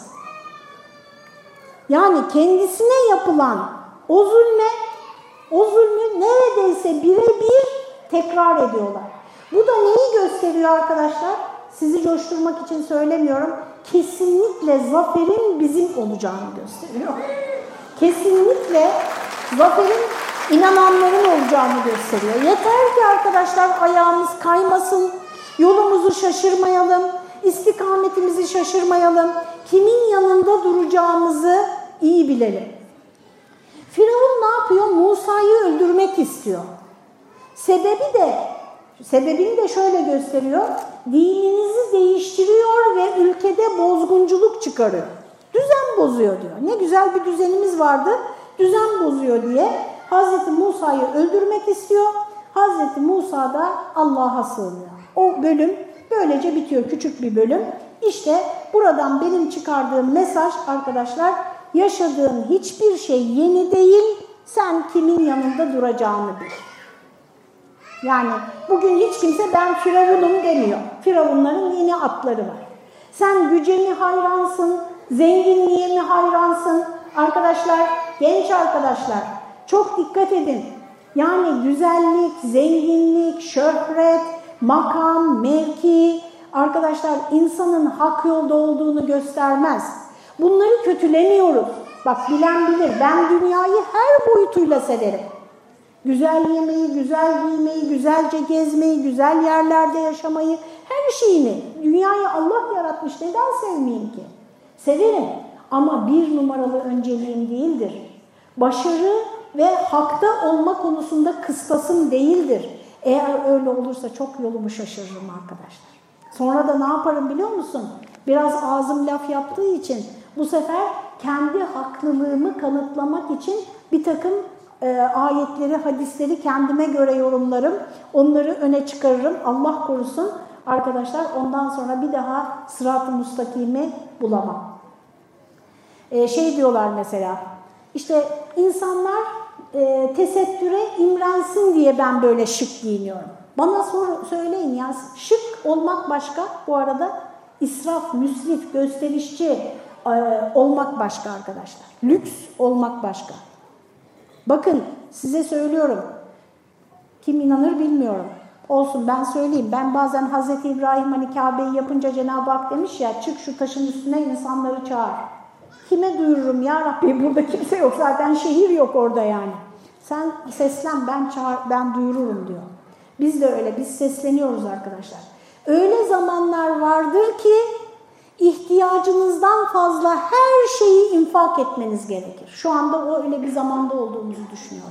Yani kendisine yapılan o zulme, o zulmü neredeyse birebir tekrar ediyorlar. Bu da neyi gösteriyor arkadaşlar? Sizi coşturmak için söylemiyorum. Kesinlikle zaferin bizim olacağını gösteriyor. Kesinlikle zaferin inananların olacağını gösteriyor. Yeter ki arkadaşlar ayağımız kaymasın, yolumuzu şaşırmayalım, istikametimizi şaşırmayalım, kimin yanında duracağımızı iyi bilelim. Firavun ne yapıyor? Musa'yı öldürmek istiyor. Sebebi de, sebebini de şöyle gösteriyor. Dininizi değiştiriyor ve ülkede bozgunculuk çıkarıyor. Düzen bozuyor diyor. Ne güzel bir düzenimiz vardı, düzen bozuyor diye Hazreti Musa'yı öldürmek istiyor. Hazreti Musa da Allah'a sığınıyor. O bölüm böylece bitiyor, küçük bir bölüm. İşte buradan benim çıkardığım mesaj arkadaşlar, yaşadığın hiçbir şey yeni değil, sen kimin yanında duracağını bil. Yani bugün hiç kimse ben Firavunum demiyor. Firavunların yeni atları var. Sen güce mi hayransın, zenginliğe mi hayransın? Arkadaşlar, genç arkadaşlar çok dikkat edin. Yani güzellik, zenginlik, şöhret, makam, mevki, arkadaşlar insanın hak yolda olduğunu göstermez. Bunları kötülemiyoruz. Bak bilen bilir, ben dünyayı her boyutuyla severim. Güzel yemeği, güzel giymeyi, güzelce gezmeyi, güzel yerlerde yaşamayı, her şeyini. Dünyayı Allah yaratmış, neden sevmeyeyim ki? Severim ama bir numaralı önceliğim değildir. Başarı ve hakta olma konusunda kıstasım değildir. Eğer öyle olursa çok yolumu şaşırırım arkadaşlar. Sonra da ne yaparım biliyor musun? Biraz ağzım laf yaptığı için bu sefer kendi haklılığımı kanıtlamak için bir takım e, ayetleri, hadisleri kendime göre yorumlarım. Onları öne çıkarırım. Allah korusun arkadaşlar, ondan sonra bir daha sırat-ı müstakimi bulamam. E, şey diyorlar mesela, işte insanlar e, tesettüre imrensin diye ben böyle şık giyiniyorum. Bana sor, söyleyin ya, şık olmak başka, bu arada israf, müsrif, gösterişçi e, olmak başka arkadaşlar. Lüks olmak başka. Bakın size söylüyorum, kim inanır bilmiyorum. Olsun ben söyleyeyim. Ben bazen Hazreti İbrahim hani Kabe'yi yapınca Cenab-ı Hak demiş ya, çık şu taşın üstüne insanları çağır. Kime duyururum ya Rabbi? Burada kimse yok. Zaten şehir yok orada yani. Sen seslen, ben çağır, ben duyururum diyor. Biz de öyle, biz sesleniyoruz arkadaşlar. Öyle zamanlar vardır ki ihtiyacınızdan fazla her şeyi infak etmeniz gerekir. Şu anda o öyle bir zamanda olduğumuzu düşünüyorum.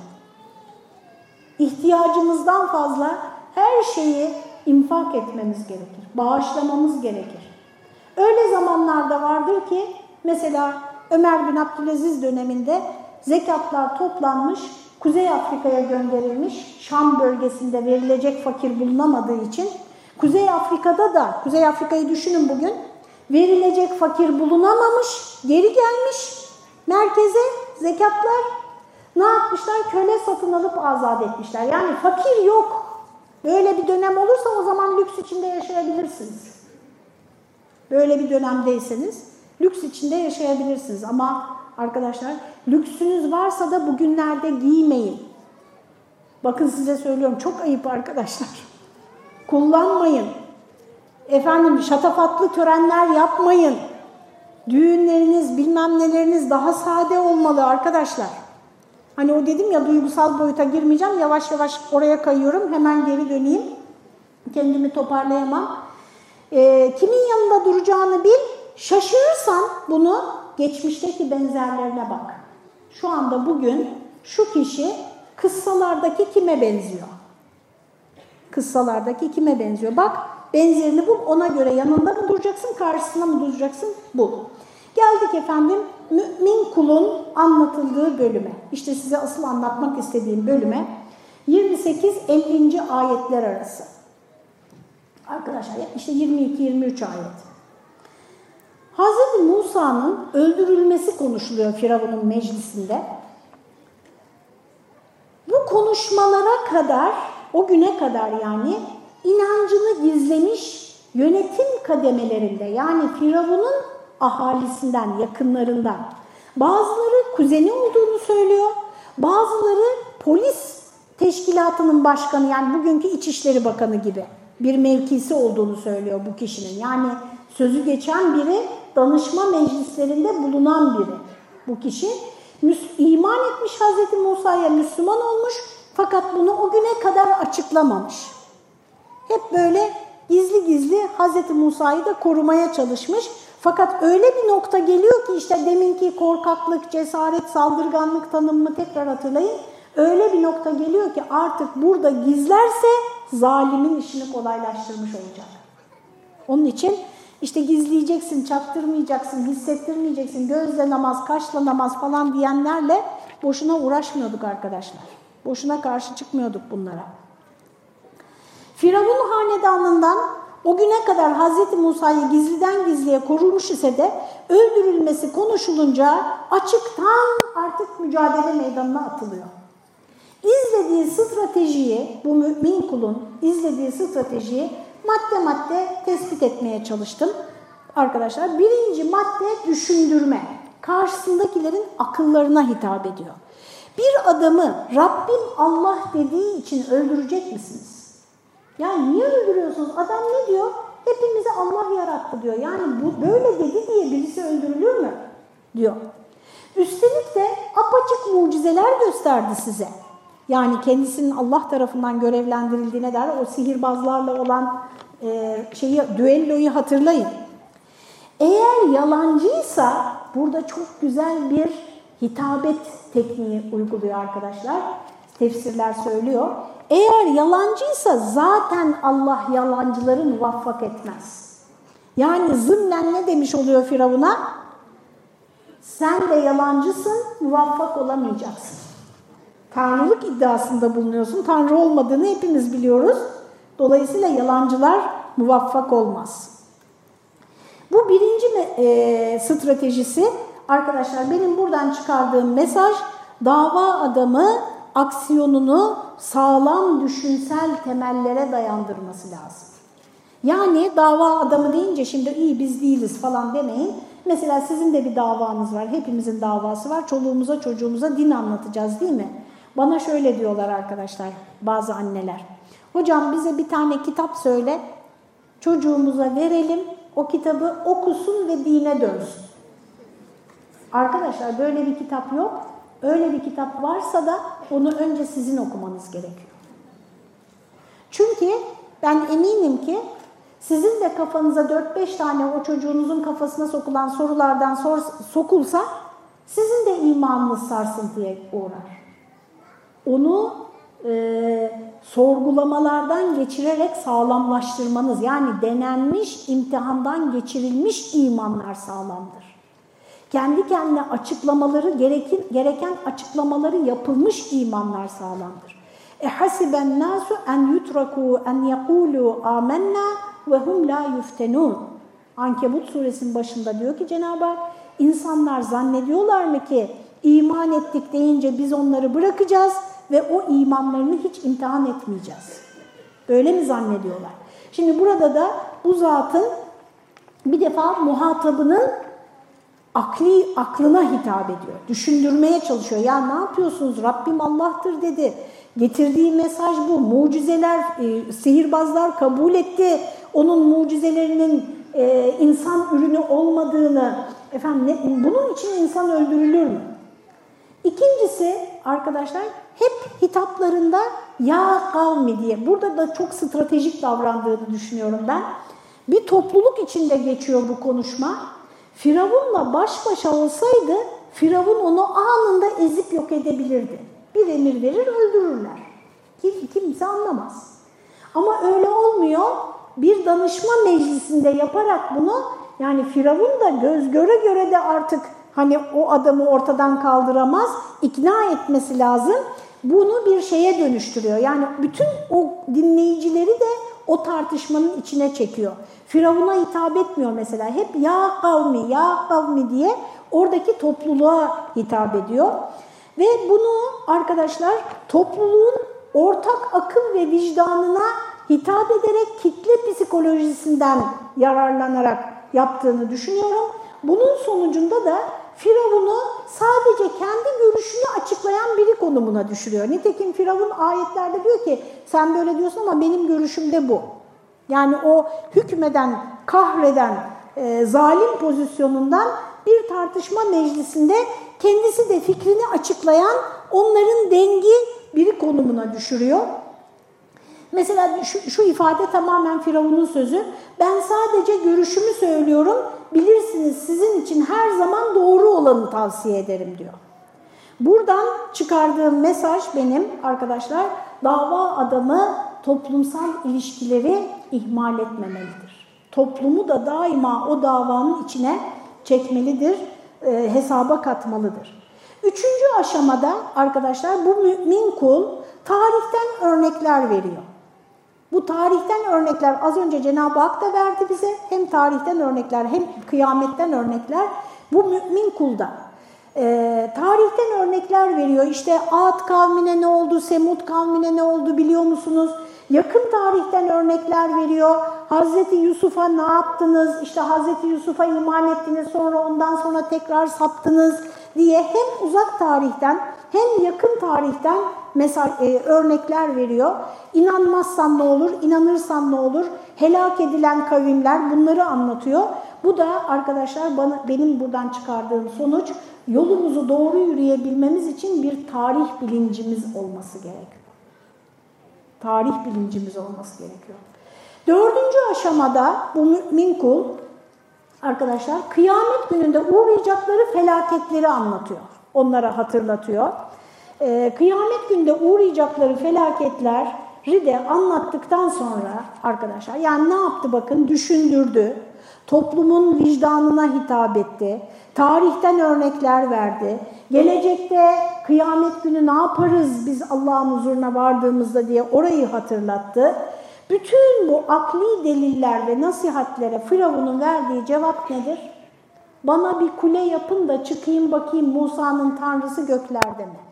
İhtiyacımızdan fazla her şeyi infak etmemiz gerekir. Bağışlamamız gerekir. Öyle zamanlarda vardır ki mesela Ömer bin Abdülaziz döneminde zekatlar toplanmış, Kuzey Afrika'ya gönderilmiş, Şam bölgesinde verilecek fakir bulunamadığı için, Kuzey Afrika'da da, Kuzey Afrika'yı düşünün bugün, verilecek fakir bulunamamış, geri gelmiş merkeze zekatlar, ne yapmışlar? Köle satın alıp azat etmişler. Yani fakir yok. Böyle bir dönem olursa o zaman lüks içinde yaşayabilirsiniz. Böyle bir dönemdeyseniz lüks içinde yaşayabilirsiniz. Ama arkadaşlar lüksünüz varsa da bugünlerde giymeyin. Bakın size söylüyorum, çok ayıp arkadaşlar. Kullanmayın. Efendim şatafatlı törenler yapmayın. Düğünleriniz, bilmem neleriniz daha sade olmalı arkadaşlar. Hani o dedim ya, duygusal boyuta girmeyeceğim. Yavaş yavaş oraya kayıyorum. Hemen geri döneyim. Kendimi toparlayamam. Ee, kimin yanında duracağını bil. Şaşırırsan bunu, geçmişteki benzerlerine bak. Şu anda bugün şu kişi kıssalardaki kime benziyor? Kıssalardaki kime benziyor? Bak, benzerini bul, ona göre yanında mı duracaksın, karşısına mı duracaksın? Bul. Geldik efendim mümin kulun anlatıldığı bölüme. İşte size asıl anlatmak istediğim bölüme yirmi sekiz ellinci ayetler arası. Arkadaşlar işte yirmi iki yirmi üç ayet. Hazreti Musa'nın öldürülmesi konuşuluyor Firavun'un meclisinde. Bu konuşmalara kadar, o güne kadar yani inancını gizlemiş yönetim kademelerinde, yani Firavun'un ahalisinden, yakınlarından bazıları kuzeni olduğunu söylüyor, bazıları polis teşkilatının başkanı, yani bugünkü İçişleri Bakanı gibi bir mevkisi olduğunu söylüyor bu kişinin. Yani sözü geçen biri, danışma meclislerinde bulunan biri bu kişi. İman etmiş Hazreti Musa'ya, Müslüman olmuş fakat bunu o güne kadar açıklamamış. Hep böyle gizli gizli Hazreti Musa'yı da korumaya çalışmış. Fakat öyle bir nokta geliyor ki, işte deminki korkaklık, cesaret, saldırganlık tanımını tekrar hatırlayın. Öyle bir nokta geliyor ki artık burada gizlerse zalimin işini kolaylaştırmış olacak. Onun için işte gizleyeceksin, çaktırmayacaksın, hissettirmeyeceksin, gözle namaz, kaşla namaz falan diyenlerle boşuna uğraşmıyorduk arkadaşlar. Boşuna karşı çıkmıyorduk bunlara. Firavun hanedanından o güne kadar Hazreti Musa'yı gizliden gizliye korumuş ise de öldürülmesi konuşulunca açıktan artık mücadele meydanına atılıyor. İzlediği stratejiyi, bu mümin kulun izlediği stratejiyi madde madde tespit etmeye çalıştım. Arkadaşlar birinci madde düşündürme. Karşısındakilerin akıllarına hitap ediyor. Bir adamı Rabbim Allah dediği için öldürecek misiniz? Yani niye öldürüyorsunuz? Adam ne diyor? Hepimizi Allah yarattı diyor. Yani bu böyle dedi diye birisi öldürülür mü? Diyor. Üstelik de apaçık mucizeler gösterdi size. Yani kendisinin Allah tarafından görevlendirildiğine dair o sihirbazlarla olan e, şeyi, düelloyu hatırlayın. Eğer yalancıysa burada çok güzel bir hitabet tekniği uyguluyor arkadaşlar. Tefsirler söylüyor. Eğer yalancıysa zaten Allah yalancıları muvaffak etmez. Yani zımnen ne demiş oluyor Firavun'a? Sen de yalancısın, muvaffak olamayacaksın. Tanrılık iddiasında bulunuyorsun. Tanrı olmadığını hepimiz biliyoruz. Dolayısıyla yalancılar muvaffak olmaz. Bu birinci e, stratejisi arkadaşlar benim buradan çıkardığım mesaj dava adamı aksiyonunu sağlam düşünsel temellere dayandırması lazım. Yani dava adamı deyince şimdi iyi biz değiliz falan demeyin. Mesela sizin de bir davanız var, hepimizin davası var. Çoluğumuza çocuğumuza din anlatacağız değil mi? Bana şöyle diyorlar arkadaşlar bazı anneler. Hocam bize bir tane kitap söyle, çocuğumuza verelim, o kitabı okusun ve dine dönsün. Arkadaşlar böyle bir kitap yok. Öyle bir kitap varsa da onu önce sizin okumanız gerekiyor. Çünkü ben eminim ki sizin de kafanıza dört beş tane o çocuğunuzun kafasına sokulan sorulardan sor, sokulsa sizin de imanınız sarsıntıya uğrar. Onu e, sorgulamalardan geçirerek sağlamlaştırmanız, yani denenmiş, imtihandan geçirilmiş imanlar sağlamdır. Kendi kendine açıklamaları, gerekir, gereken açıklamaları yapılmış imanlar sağlamdır. اَحَسِبَ النَّاسُ اَنْ يُتْرَكُوا اَنْ يَقُولُوا آمَنَّا وَهُمْ لَا يُفْتَنُونَ. Ankebut suresinin başında diyor ki Cenab-ı Hak, insanlar zannediyorlar mı ki iman ettik deyince biz onları bırakacağız ve o imanlarını hiç imtihan etmeyeceğiz. Böyle mi zannediyorlar? Şimdi burada da bu zatın bir defa muhatabının akli, aklına hitap ediyor. Düşündürmeye çalışıyor. Ya ne yapıyorsunuz? Rabbim Allah'tır dedi. Getirdiği mesaj bu. Mucizeler, e, sihirbazlar kabul etti. Onun mucizelerinin e, insan ürünü olmadığını. Efendim ne, bunun için insan öldürülür mü? İkincisi arkadaşlar hep hitaplarında ya kavmi diye. Burada da çok stratejik davrandığını düşünüyorum ben. Bir topluluk içinde geçiyor bu konuşma. Firavun'la baş başa olsaydı Firavun onu anında ezip yok edebilirdi. Bir emir verir öldürürler. Kimse anlamaz. Ama öyle olmuyor. Bir danışma meclisinde yaparak bunu, yani Firavun da göz göre göre de artık hani o adamı ortadan kaldıramaz, ikna etmesi lazım. Bunu bir şeye dönüştürüyor. Yani bütün o dinleyicileri de o tartışmanın içine çekiyor. Firavun'a hitap etmiyor mesela. Hep ya kavmi, ya kavmi diye oradaki topluluğa hitap ediyor. Ve bunu arkadaşlar topluluğun ortak akıl ve vicdanına hitap ederek kitle psikolojisinden yararlanarak yaptığını düşünüyorum. Bunun sonucunda da Firavun'u sadece kendi görüşünü açıklayan biri konumuna düşürüyor. Nitekim Firavun ayetlerde diyor ki sen böyle diyorsun ama benim görüşüm de bu. Yani o hükmeden, kahreden, e, zalim pozisyonundan bir tartışma meclisinde kendisi de fikrini açıklayan, onların dengi biri konumuna düşürüyor. Mesela şu, şu ifade tamamen Firavun'un sözü. Ben sadece görüşümü söylüyorum, bilirsiniz sizin için her zaman doğru olanı tavsiye ederim diyor. Buradan çıkardığım mesaj benim arkadaşlar, dava adamı toplumsal ilişkileri ihmal etmemelidir. Toplumu da daima o davanın içine çekmelidir, e, hesaba katmalıdır. Üçüncü aşamada arkadaşlar bu mümin kul tarihten örnekler veriyor. Bu tarihten örnekler az önce Cenab-ı Hak da verdi bize. Hem tarihten örnekler hem kıyametten örnekler bu mümin kulda. Ee, tarihten örnekler veriyor. İşte Ad kavmine ne oldu, Semud kavmine ne oldu biliyor musunuz? Yakın tarihten örnekler veriyor. Hazreti Yusuf'a ne yaptınız? İşte Hazreti Yusuf'a iman ettiniz, sonra ondan sonra tekrar saptınız diye hem uzak tarihten hem yakın tarihten mesela e, örnekler veriyor. İnanmazsan ne olur, inanırsan ne olur? Helak edilen kavimler bunları anlatıyor. Bu da arkadaşlar bana, benim buradan çıkardığım sonuç, yolumuzu doğru yürüyebilmemiz için bir tarih bilincimiz olması gerekiyor. Tarih bilincimiz olması gerekiyor. Dördüncü aşamada bu mümin kul arkadaşlar kıyamet gününde uğrayacakları felaketleri anlatıyor. Onlara hatırlatıyor. Ee, kıyamet günde uğrayacakları felaketleri de anlattıktan sonra arkadaşlar yani ne yaptı bakın, düşündürdü. Toplumun vicdanına hitap etti. Tarihten örnekler verdi. Gelecekte kıyamet günü ne yaparız biz Allah'ın huzuruna vardığımızda diye orayı hatırlattı. Bütün bu akli deliller ve nasihatlere Firavun'un verdiği cevap nedir? Bana bir kule yapın da çıkayım bakayım Musa'nın tanrısı göklerde mi?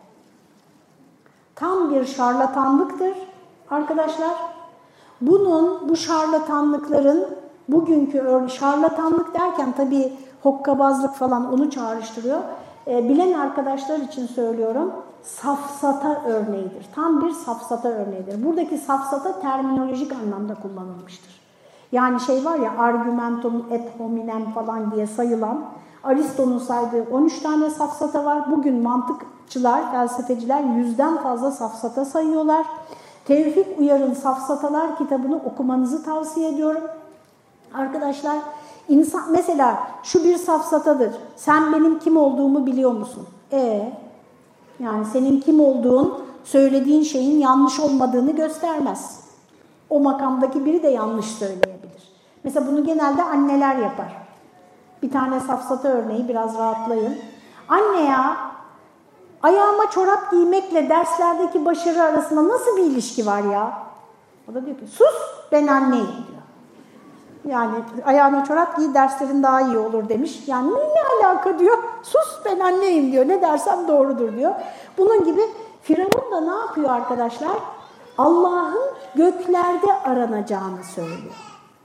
Tam bir şarlatanlıktır arkadaşlar. Bunun, bu şarlatanlıkların bugünkü örneği, şarlatanlık derken tabii hokkabazlık falan onu çağrıştırıyor. E, bilen arkadaşlar için söylüyorum, safsata örneğidir. Tam bir safsata örneğidir. Buradaki safsata terminolojik anlamda kullanılmıştır. Yani şey var ya, argumentum et hominem falan diye sayılan, Aristo'nun saydığı on üç tane safsata var. Bugün mantıkçılar, felsefeciler yüzden fazla safsata sayıyorlar. Tevfik Uyar'ın Safsatalar kitabını okumanızı tavsiye ediyorum. Arkadaşlar, insan, mesela şu bir safsatadır. Sen benim kim olduğumu biliyor musun? E yani senin kim olduğun, söylediğin şeyin yanlış olmadığını göstermez. O makamdaki biri de yanlış söyleyebilir. Mesela bunu genelde anneler yapar. Bir tane safsata örneği, biraz rahatlayın. Anne ya, ayağıma çorap giymekle derslerdeki başarı arasında nasıl bir ilişki var ya? O da diyor ki, sus ben anneyim diyor. Yani ayağına çorap giy, derslerin daha iyi olur demiş. Yani ne alaka diyor, sus ben anneyim diyor, ne dersem doğrudur diyor. Bunun gibi Firavun da ne yapıyor arkadaşlar? Allah'ın göklerde aranacağını söylüyor.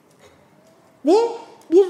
Ve bir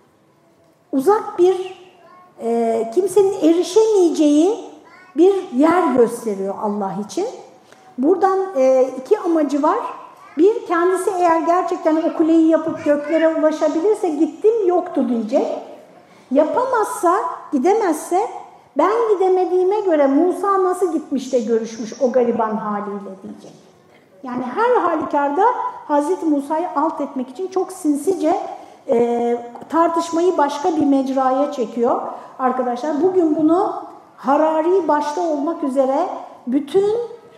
uzak bir e, kimsenin erişemeyeceği bir yer gösteriyor Allah için. Buradan e, iki amacı var. Bir, kendisi eğer gerçekten o kuleyi yapıp göklere ulaşabilirse gittim yoktu diyecek. Yapamazsa, gidemezse ben gidemediğime göre Musa nasıl gitmiş de görüşmüş o gariban haliyle diyecek. Yani her halükarda Hazreti Musa'yı alt etmek için çok sinsice e, tartışmayı başka bir mecraya çekiyor arkadaşlar. Bugün bunu Harari başta olmak üzere bütün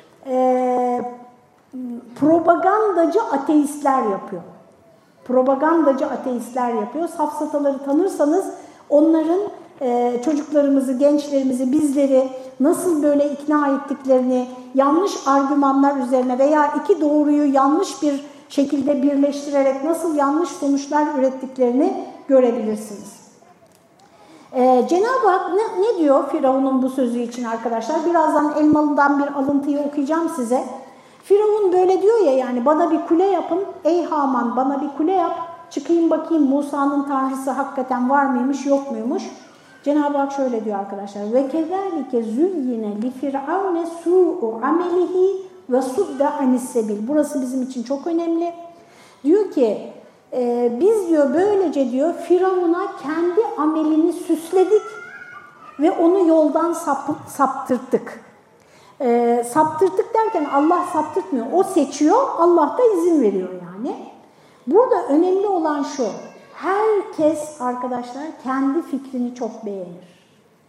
e, propagandacı ateistler yapıyor. Propagandacı ateistler yapıyor. Safsataları tanırsanız onların e, çocuklarımızı, gençlerimizi, bizleri nasıl böyle ikna ettiklerini, yanlış argümanlar üzerine veya iki doğruyu yanlış bir şekilde birleştirerek nasıl yanlış sonuçlar ürettiklerini görebilirsiniz. Ee, Cenab-ı Hak ne, ne diyor Firavun'un bu sözü için arkadaşlar? Birazdan Elmalı'dan bir alıntıyı okuyacağım size. Firavun böyle diyor ya, yani bana bir kule yapın, ey Haman bana bir kule yap, çıkayım bakayım Musa'nın tanrısı hakikaten var mıymış yok muymuş? Cenab-ı Hak şöyle diyor arkadaşlar. Ve kezalike zuyyine li firavune su'u amelihi ve sudda anissebil. Burası bizim için çok önemli. Diyor ki e, biz diyor böylece diyor Firavun'a kendi amelini süsledik ve onu yoldan sap, saptırttık. E, saptırttık derken Allah saptırtmıyor. O seçiyor, Allah da izin veriyor yani. Burada önemli olan şu. Herkes arkadaşlar kendi fikrini çok beğenir.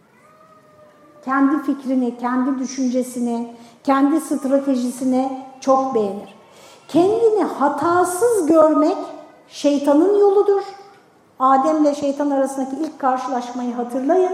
Kendi fikrini, kendi düşüncesini, kendi stratejisini çok beğenir. Kendini hatasız görmek şeytanın yoludur. Adem'le şeytan arasındaki ilk karşılaşmayı hatırlayın.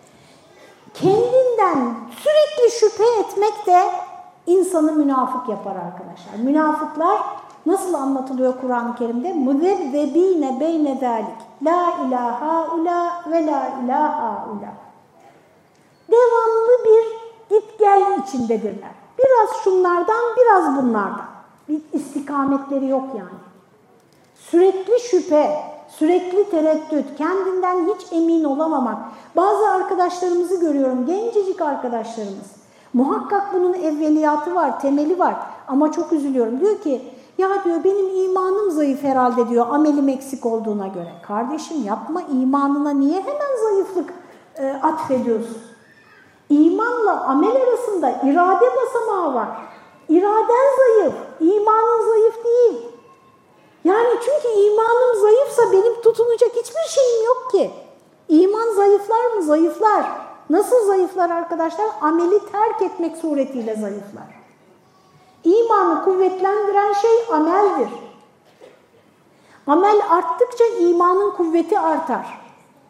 Kendinden sürekli şüphe etmek de insanı münafık yapar arkadaşlar. Münafıklar Nasıl anlatılıyor Kur'an-ı Kerim'de? Muzebbebine beyne zalik. La ilaha ula ve la ilaha ula. Devamlı bir git gel içindedirler. Biraz şunlardan, biraz bunlardan. Bir istikametleri yok yani. Sürekli şüphe, sürekli tereddüt, kendinden hiç emin olamamak. Bazı arkadaşlarımızı görüyorum, gencecik arkadaşlarımız. Muhakkak bunun evveliyatı var, temeli var. Ama çok üzülüyorum. Diyor ki, ya diyor benim imanım zayıf herhalde diyor, amelim eksik olduğuna göre. Kardeşim yapma, imanına niye hemen zayıflık e, atfediyorsun? İmanla amel arasında irade basamağı var. İraden zayıf, imanın zayıf değil. Yani çünkü imanım zayıfsa benim tutunacak hiçbir şeyim yok ki. İman zayıflar mı? Zayıflar. Nasıl zayıflar arkadaşlar? Ameli terk etmek suretiyle zayıflar. İmanı kuvvetlendiren şey ameldir. Amel arttıkça imanın kuvveti artar.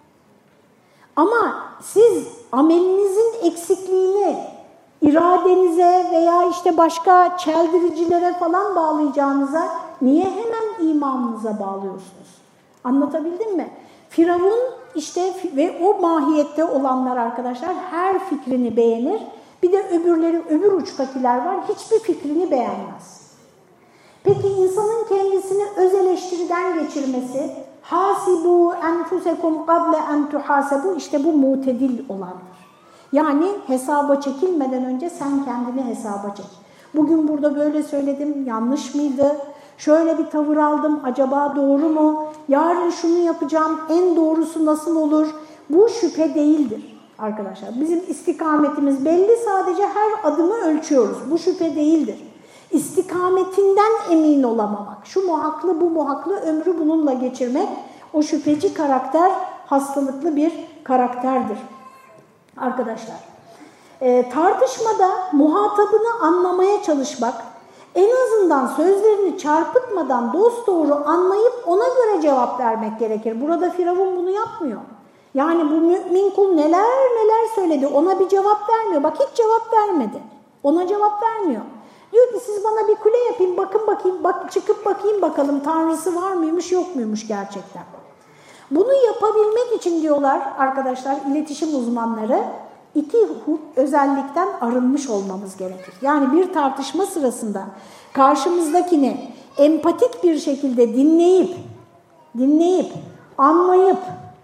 Ama siz amelinizin eksikliğini iradenize veya işte başka çeldiricilere falan bağlayacağınıza niye hemen imanınıza bağlıyorsunuz? Anlatabildim mi? Firavun işte ve o mahiyette olanlar arkadaşlar her fikrini beğenir. Bir de öbürleri, öbür uçtakiler var, hiçbir fikrini beğenmez. Peki insanın kendisini öz eleştiriden geçirmesi, hasibu enfusekum qable en tuhasebu, işte bu mutedil olandır. Yani hesaba çekilmeden önce sen kendini hesaba çek. Bugün burada böyle söyledim, yanlış mıydı? Şöyle bir tavır aldım, acaba doğru mu? Yarın şunu yapacağım, en doğrusu nasıl olur? Bu şüphe değildir arkadaşlar. Bizim istikametimiz belli, sadece her adımı ölçüyoruz. Bu şüphe değildir. İstikametinden emin olamamak, şu mu haklı, bu mu haklı, ömrü bununla geçirmek, o şüpheci karakter hastalıklı bir karakterdir arkadaşlar. E, tartışmada muhatabını anlamaya çalışmak, en azından sözlerini çarpıtmadan dosdoğru anlayıp ona göre cevap vermek gerekir. Burada Firavun bunu yapmıyor. Yani bu mümin kul neler neler söyledi, ona bir cevap vermiyor. Bak hiç cevap vermedi. Ona cevap vermiyor. Diyor ki siz bana bir kule yapayım, bakın bakayım, bak, çıkıp bakayım bakalım tanrısı var mıymış yok muymuş gerçekten. Bunu yapabilmek için diyorlar arkadaşlar iletişim uzmanları, iki özellikten arınmış olmamız gerekir. Yani bir tartışma sırasında karşımızdakini empatik bir şekilde dinleyip, dinleyip, anlayıp,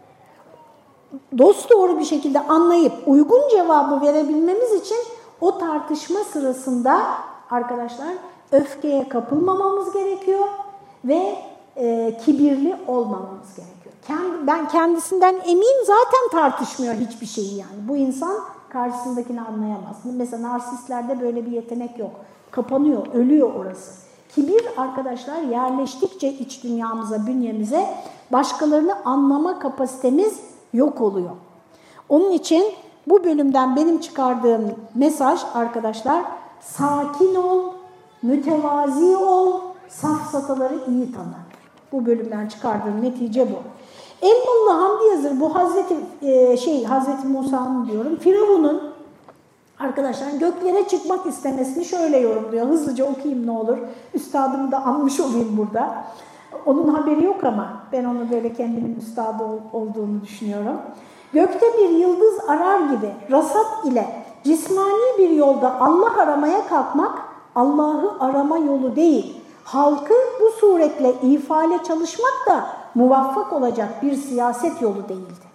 dosdoğru bir şekilde anlayıp uygun cevabı verebilmemiz için o tartışma sırasında arkadaşlar öfkeye kapılmamamız gerekiyor ve e, kibirli olmamamız gerekiyor. Kend, ben kendisinden emin zaten tartışmıyor hiçbir şeyi yani. Bu insan karşısındakini anlayamaz. Mesela narsistlerde böyle bir yetenek yok. Kapanıyor, ölüyor orası. Kibir arkadaşlar yerleştikçe iç dünyamıza, bünyemize başkalarını anlama kapasitemiz yok oluyor. Onun için bu bölümden benim çıkardığım mesaj arkadaşlar, sakin ol, mütevazi ol, safsataları iyi tanı. Bu bölümden çıkardığım netice bu. Elmalı Hamdi Yazır bu Hazreti e, şey Hazreti Musa'nın diyorum, Firavun'un arkadaşlar göklere çıkmak istemesini şöyle yorumluyor. Hızlıca okuyayım ne olur. Üstadımı da anmış olayım burada. Onun haberi yok ama ben onu böyle kendimin üstadı olduğunu düşünüyorum. Gökte bir yıldız arar gibi rasat ile cismani bir yolda Allah aramaya kalkmak Allah'ı arama yolu değil. Halkı bu suretle ifale çalışmak da muvaffak olacak bir siyaset yolu değildi.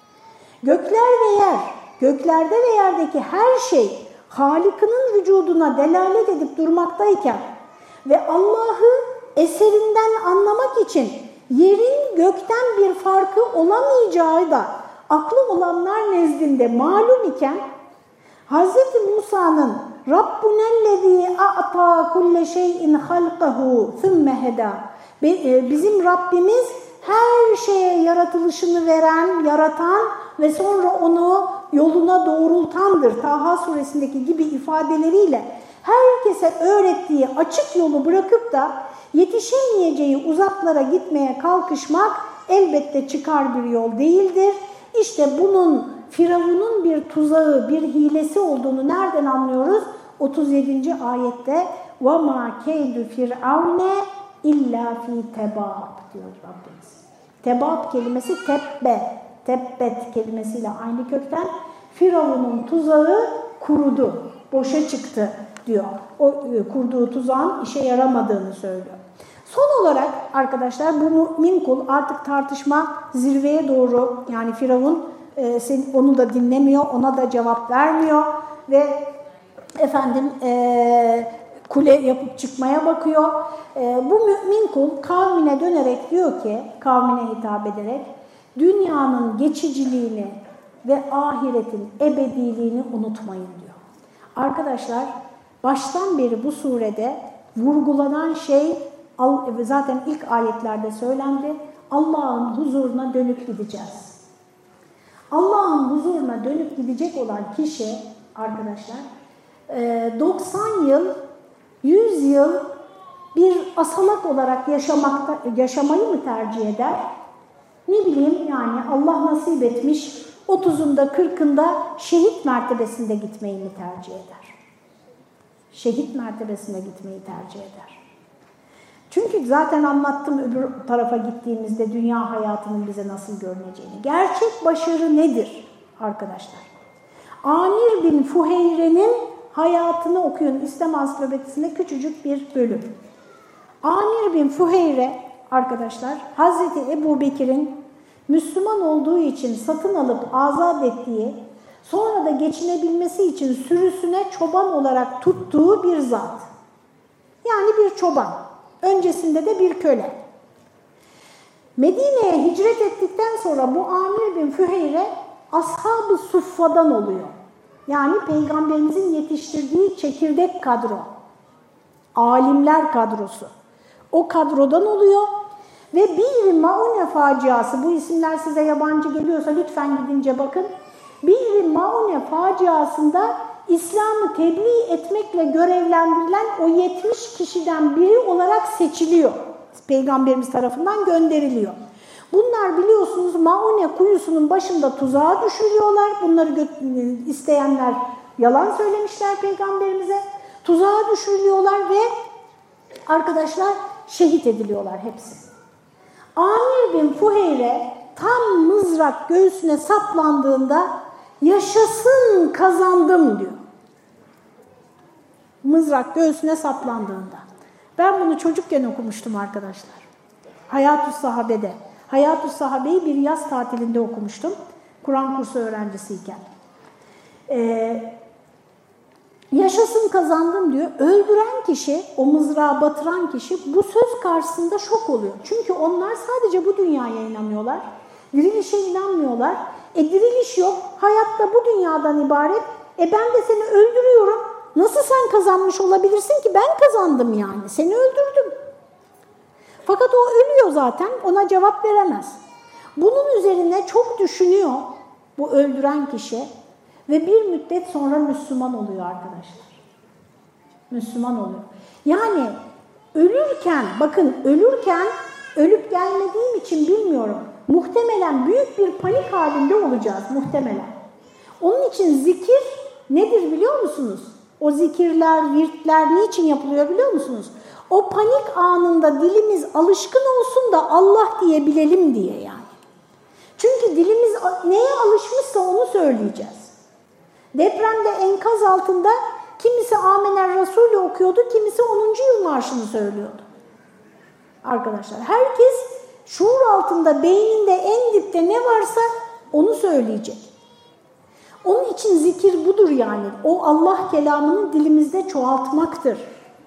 Gökler ve yer, göklerde ve yerdeki her şey Halık'ının vücuduna delalet edip durmaktayken ve Allah'ı eserinden anlamak için yerin gökten bir farkı olamayacağı da aklı olanlar nezdinde malum iken Hz. Musa'nın Rabbunellezî a'ta kulle şeyin halqahu thumme heda, bizim Rabbimiz her şeye yaratılışını veren, yaratan ve sonra onu yoluna doğrultandır. Taha suresindeki gibi ifadeleriyle herkese öğrettiği açık yolu bırakıp da yetişemeyeceği uzaklara gitmeye kalkışmak elbette çıkar bir yol değildir. İşte bunun Firavun'un bir tuzağı, bir hilesi olduğunu nereden anlıyoruz? otuz yedinci ayette وَمَا كَيْدُ فِرْعَوْنَ illa fi tebab diyor Rabbimiz. Tebab kelimesi tebbe, tebbet kelimesiyle aynı kökten. Firavun'un tuzağı kurudu, boşa çıktı diyor. O kurduğu tuzağın işe yaramadığını söylüyor. Son olarak arkadaşlar bu mümin kul artık tartışma zirveye doğru, yani Firavun e, onu da dinlemiyor, ona da cevap vermiyor ve efendim e, kule yapıp çıkmaya bakıyor. E, bu mümin kul kavmine dönerek diyor ki, kavmine hitap ederek dünyanın geçiciliğini ve ahiretin ebediliğini unutmayın diyor. Arkadaşlar baştan beri bu surede vurgulanan şey zaten ilk ayetlerde söylendi. Allah'ın huzuruna dönüp gideceğiz. Allah'ın huzuruna dönüp gidecek olan kişi arkadaşlar doksan yıl, yüz yıl bir asalak olarak yaşamakta, yaşamayı mı tercih eder? Ne bileyim yani Allah nasip etmiş otuzunda kırkında şehit mertebesinde gitmeyi mi tercih eder? Şehit mertebesine gitmeyi tercih eder. Çünkü zaten anlattım öbür tarafa gittiğimizde dünya hayatının bize nasıl görüneceğini. Gerçek başarı nedir arkadaşlar? Amir bin Fuheyre'nin hayatını okuyun. İslam Ansiklopedisi'nde küçücük bir bölüm. Amir bin Fuheyre arkadaşlar Hazreti Ebu Bekir'in Müslüman olduğu için satın alıp azat ettiği, sonra da geçinebilmesi için sürüsüne çoban olarak tuttuğu bir zat. Yani bir çoban. Öncesinde de bir köle. Medine'ye hicret ettikten sonra bu Amir bin Füheyre Ashab-ı Suffa'dan oluyor. Yani Peygamberimizin yetiştirdiği çekirdek kadro. Alimler kadrosu. O kadrodan oluyor ve Bir Maune faciası, bu isimler size yabancı geliyorsa lütfen gidince bakın. Bir Maune faciasında İslam'ı tebliğ etmekle görevlendirilen o yetmiş kişiden biri olarak seçiliyor. Peygamberimiz tarafından gönderiliyor. Bunlar biliyorsunuz Maune kuyusunun başında tuzağa düşürüyorlar. Bunları isteyenler yalan söylemişler Peygamberimize. Tuzağa düşürüyorlar ve arkadaşlar şehit ediliyorlar hepsi. Amir bin Fuheyre tam mızrak göğsüne saplandığında yaşasın kazandım diyor. Mızrak göğsüne saplandığında. Ben bunu çocukken okumuştum arkadaşlar. Hayat-ı Sahabe'de. Hayat-ı Sahabe'yi bir yaz tatilinde okumuştum. Kur'an kursu öğrencisiyken. Ee, yaşasın kazandım diyor. Öldüren kişi, o mızrağı batıran kişi bu söz karşısında şok oluyor. Çünkü onlar sadece bu dünyaya inanıyorlar. Dirilişe inanmıyorlar. E diriliş yok. Hayatta bu dünyadan ibaret. E ben de seni öldürüyorum. Nasıl sen kazanmış olabilirsin ki? Ben kazandım yani. Seni öldürdüm. Fakat o ölüyor zaten. Ona cevap veremez. Bunun üzerine çok düşünüyor bu öldüren kişi. Ve bir müddet sonra Müslüman oluyor arkadaşlar. Müslüman oluyor. Yani ölürken, bakın ölürken ölüp gelmediğim için bilmiyorum. Muhtemelen büyük bir panik halinde olacağız muhtemelen. Onun için zikir nedir biliyor musunuz? O zikirler, virtler niçin yapılıyor biliyor musunuz? O panik anında dilimiz alışkın olsun da Allah diyebilelim diye yani. Çünkü dilimiz neye alışmışsa onu söyleyeceğiz. Depremde enkaz altında kimisi Amener Resulü okuyordu, kimisi onuncu yıl marşını söylüyordu. Arkadaşlar herkes şuur altında, beyninde en dipte ne varsa onu söyleyecek. Onun için zikir budur yani. O Allah kelamını dilimizde çoğaltmaktır.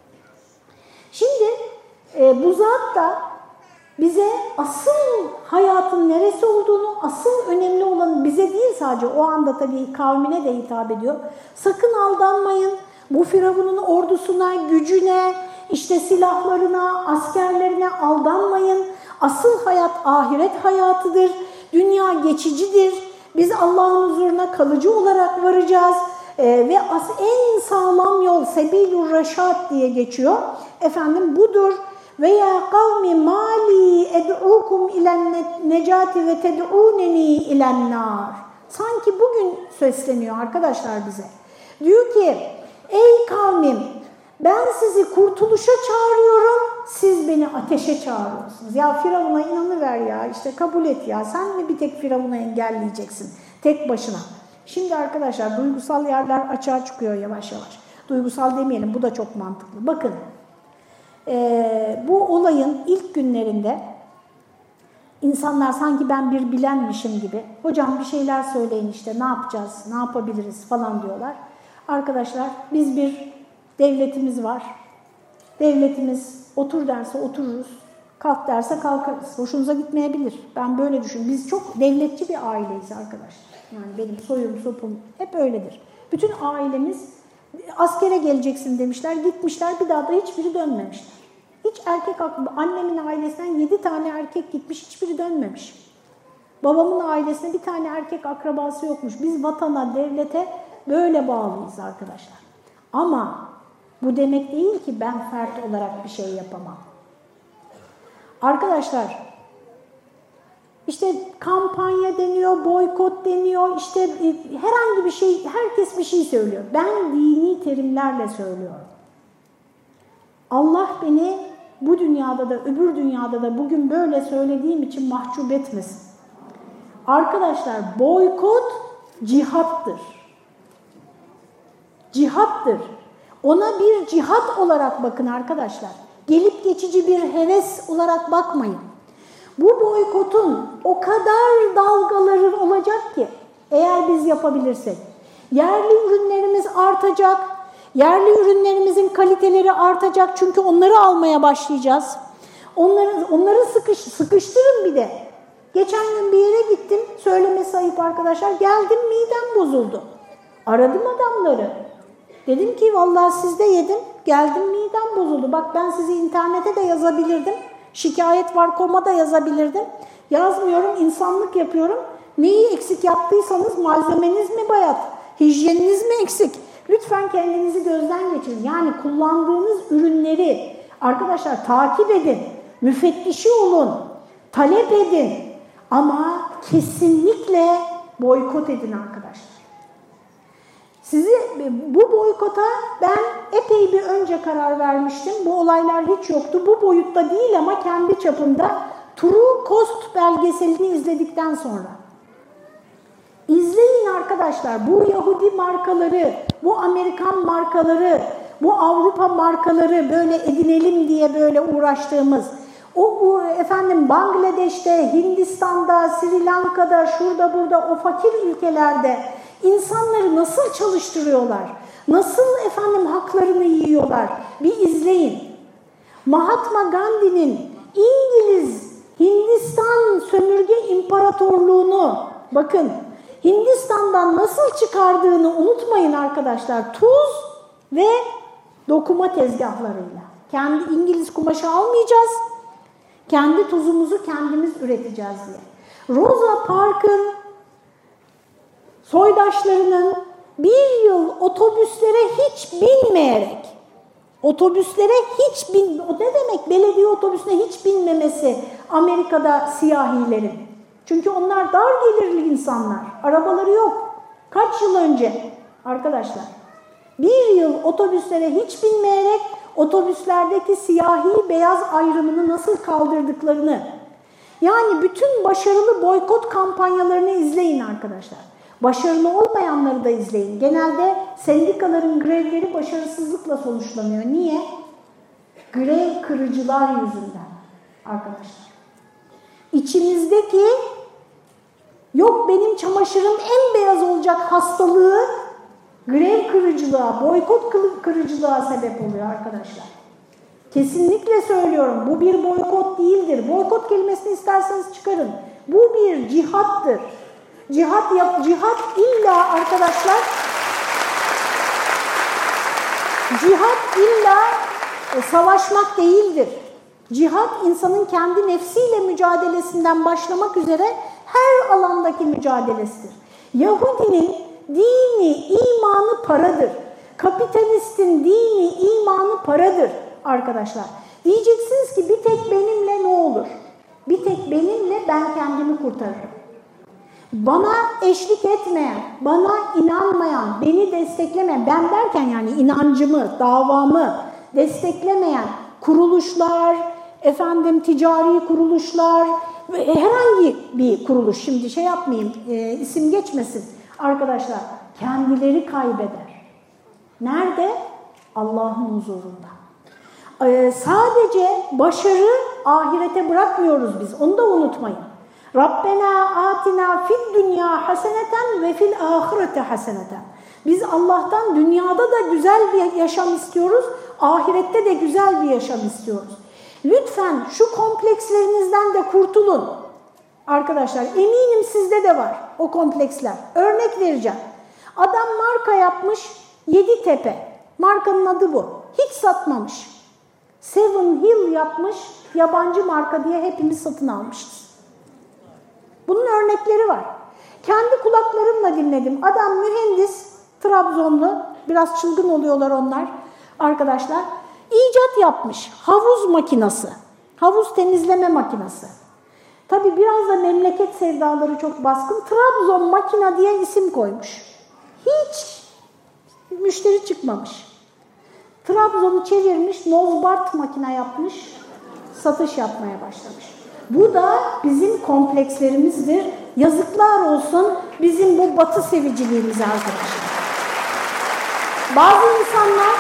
Şimdi e, bu zat da bize asıl hayatın neresi olduğunu, asıl önemli olanı bize değil sadece o anda tabii kavmine de hitap ediyor. Sakın aldanmayın. Bu Firavun'un ordusuna, gücüne, işte silahlarına, askerlerine aldanmayın. Asıl hayat ahiret hayatıdır. Dünya geçicidir. Biz Allah'ın huzuruna kalıcı olarak varacağız. Ee, ve as en sağlam yol Sebilur Reşad diye geçiyor. Efendim budur. Ve ya kavmi mali ed'ukum ilen necati ve ted'uneni ilen nar. Sanki bugün sesleniyor arkadaşlar bize. Diyor ki ey kavmim Ben sizi kurtuluşa çağırıyorum, siz beni ateşe çağırıyorsunuz. Ya Firavun'a inanıver ya, işte kabul et ya. Sen mi bir tek Firavun'u engelleyeceksin tek başına? Şimdi arkadaşlar duygusal yerler açığa çıkıyor yavaş yavaş. Duygusal demeyelim, bu da çok mantıklı. Bakın, e, bu olayın ilk günlerinde insanlar sanki ben bir bilenmişim gibi, hocam bir şeyler söyleyin işte, ne yapacağız, ne yapabiliriz falan diyorlar. Arkadaşlar biz bir devletimiz var. Devletimiz otur derse otururuz, kalk derse kalkarız. Hoşunuza gitmeyebilir. Ben böyle düşünüyorum. Biz çok devletçi bir aileyiz arkadaşlar. Yani benim soyum, sopum hep öyledir. Bütün ailemiz askere geleceksin demişler, gitmişler, bir daha da hiçbiri dönmemişler. Hiç erkek aklı, annemin ailesinden yedi tane erkek gitmiş, hiçbiri dönmemiş. Babamın ailesinde bir tane erkek akrabası yokmuş. Biz vatana, devlete böyle bağlıyız arkadaşlar. Ama bu demek değil ki ben fert olarak bir şey yapamam. Arkadaşlar, işte kampanya deniyor, boykot deniyor, işte herhangi bir şey, herkes bir şey söylüyor. Ben dini terimlerle söylüyorum. Allah beni bu dünyada da öbür dünyada da bugün böyle söylediğim için mahcup etmesin. Arkadaşlar, boykot cihattır. Cihattır. Ona bir cihat olarak bakın arkadaşlar. Gelip geçici bir heves olarak bakmayın. Bu boykotun o kadar dalgaları olacak ki eğer biz yapabilirsek. Yerli ürünlerimiz artacak. Yerli ürünlerimizin kaliteleri artacak çünkü onları almaya başlayacağız. Onları, onları sıkış, sıkıştırın bir de. Geçen gün bir yere gittim, söylemesi ayıp arkadaşlar, geldim midem bozuldu. Aradım adamları. Dedim ki vallahi sizde yedim, geldim midem bozuldu. Bak ben sizi internete de yazabilirdim, şikayet var koma da yazabilirdim. Yazmıyorum, insanlık yapıyorum. Neyi eksik yaptıysanız malzemeniz mi bayat, hijyeniniz mi eksik? Lütfen kendinizi gözden geçirin. Yani kullandığınız ürünleri arkadaşlar takip edin, müfettişi olun, talep edin ama kesinlikle boykot edin arkadaşlar. Sizi bu boykota ben epey bir önce karar vermiştim. Bu olaylar hiç yoktu. Bu boyutta değil ama kendi çapında True Cost belgeselini izledikten sonra. İzleyin arkadaşlar, bu Yahudi markaları, bu Amerikan markaları, bu Avrupa markaları böyle edinelim diye böyle uğraştığımız, o, o efendim Bangladeş'te, Hindistan'da, Sri Lanka'da, şurada burada o fakir ülkelerde insanları nasıl çalıştırıyorlar, nasıl efendim haklarını yiyorlar bir izleyin. Mahatma Gandhi'nin İngiliz Hindistan sömürge imparatorluğunu bakın, Hindistan'dan nasıl çıkardığını unutmayın arkadaşlar. Tuz ve dokuma tezgahlarıyla. Kendi İngiliz kumaşı almayacağız. Kendi tuzumuzu kendimiz üreteceğiz diye. Rosa Parks'ın soydaşlarının bir yıl otobüslere hiç binmeyerek, otobüslere hiç bin, o ne demek belediye otobüsüne hiç binmemesi Amerika'da siyahilerin. Çünkü onlar dar gelirli insanlar. Arabaları yok. Kaç yıl önce arkadaşlar? Bir yıl otobüslere hiç binmeyerek otobüslerdeki siyahi beyaz ayrımını nasıl kaldırdıklarını. Yani bütün başarılı boykot kampanyalarını izleyin arkadaşlar. Başarılı olmayanları da izleyin. Genelde sendikaların grevleri başarısızlıkla sonuçlanıyor. Niye? Grev kırıcılar yüzünden arkadaşlar. İçimizdeki yok benim çamaşırım en beyaz olacak hastalığı grev kırıcılığa, boykot kırıcılığa sebep oluyor arkadaşlar. Kesinlikle söylüyorum, bu bir boykot değildir. Boykot kelimesini isterseniz çıkarın. Bu bir cihattır. Cihat yap, cihat illa arkadaşlar, cihat illa e, savaşmak değildir. Cihat insanın kendi nefsiyle mücadelesinden başlamak üzere her alandaki mücadelesidir. Yahudinin dini, imanı paradır. Kapitalistin dini, imanı paradır arkadaşlar. Diyeceksiniz ki bir tek benimle ne olur? Bir tek benimle ben kendimi kurtarırım. Bana eşlik etmeyen, bana inanmayan, beni desteklemeyen, ben derken yani inancımı, davamı, desteklemeyen kuruluşlar, efendim ticari kuruluşlar, herhangi bir kuruluş, şimdi şey yapmayayım, e, isim geçmesin arkadaşlar, kendileri kaybeder. Nerede? Allah'ın huzurunda. Ee, sadece başarı ahirete bırakmıyoruz biz, onu da unutmayın. Rabbena atina fid dünya haseneten ve fil ahirete haseneten. Biz Allah'tan dünyada da güzel bir yaşam istiyoruz, ahirette de güzel bir yaşam istiyoruz. Lütfen şu komplekslerinizden de kurtulun. Arkadaşlar eminim sizde de var o kompleksler. Örnek vereceğim. Adam marka yapmış, Yeditepe. Markanın adı bu. Hiç satmamış. Seven Hill yapmış, yabancı marka diye hepimiz satın almışız. Bunun örnekleri var. Kendi kulaklarımla dinledim. Adam mühendis, Trabzonlu, biraz çılgın oluyorlar onlar arkadaşlar. İcat yapmış, havuz makinası, havuz temizleme makinası. Tabii biraz da memleket sevdaları çok baskın. Trabzon makina diye isim koymuş. Hiç müşteri çıkmamış. Trabzon'u çevirmiş, Nozbart makine yapmış, satış yapmaya başlamış. Bu da bizim komplekslerimizdir. Yazıklar olsun bizim bu batı seviciliğimize arkadaşlar. Bazı insanlar,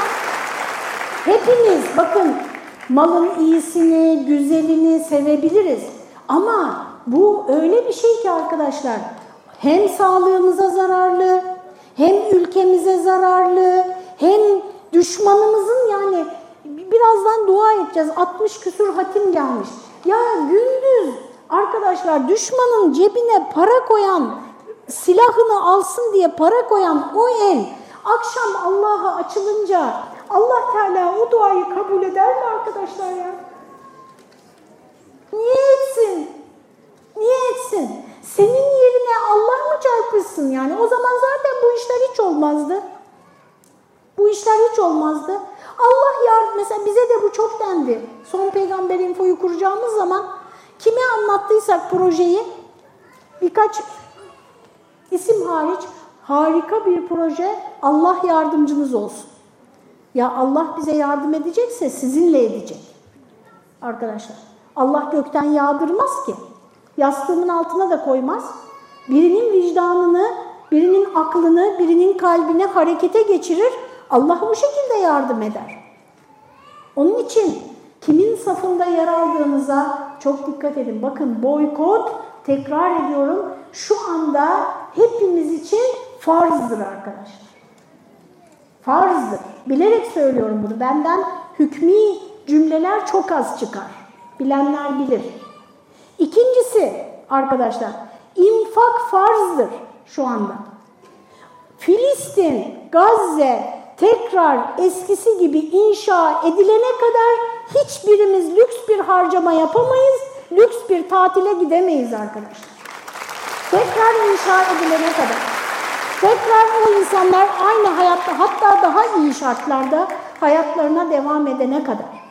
hepimiz bakın malın iyisini, güzelini sevebiliriz. Ama bu öyle bir şey ki arkadaşlar, hem sağlığımıza zararlı, hem ülkemize zararlı, hem düşmanımızın, yani birazdan dua edeceğiz, altmış küsur hatim gelmiş. Ya gündüz arkadaşlar düşmanın cebine para koyan, silahını alsın diye para koyan o el, akşam Allah'a açılınca Allah Teala o duayı kabul eder mi arkadaşlar ya? Niye etsin? Niye etsin? Senin yerine Allah mı çarpışsın yani? O zaman zaten bu işler hiç olmazdı. Bu işler hiç olmazdı. Allah yardım, mesela bize de bu çok dendi. Son Peygamber Info'yu kuracağımız zaman kime anlattıysak projeyi, birkaç isim hariç harika bir proje, Allah yardımcınız olsun. Ya Allah bize yardım edecekse sizinle edecek. Arkadaşlar Allah gökten yağdırmaz ki. Yastığımın altına da koymaz. Birinin vicdanını, birinin aklını, birinin kalbini harekete geçirir. Allah bu şekilde yardım eder. Onun için kimin safında yer aldığınıza çok dikkat edin. Bakın boykot, tekrar ediyorum, şu anda hepimiz için farzdır arkadaşlar. Farzdır. Bilerek söylüyorum bunu. Benden hükmü cümleler çok az çıkar. Bilenler bilir. İkincisi arkadaşlar, infak farzdır şu anda. Filistin, Gazze tekrar eskisi gibi inşa edilene kadar hiçbirimiz lüks bir harcama yapamayız, lüks bir tatile gidemeyiz arkadaşlar. Tekrar inşa edilene kadar. Tekrar o insanlar aynı hayatta, hatta daha iyi şartlarda hayatlarına devam edene kadar.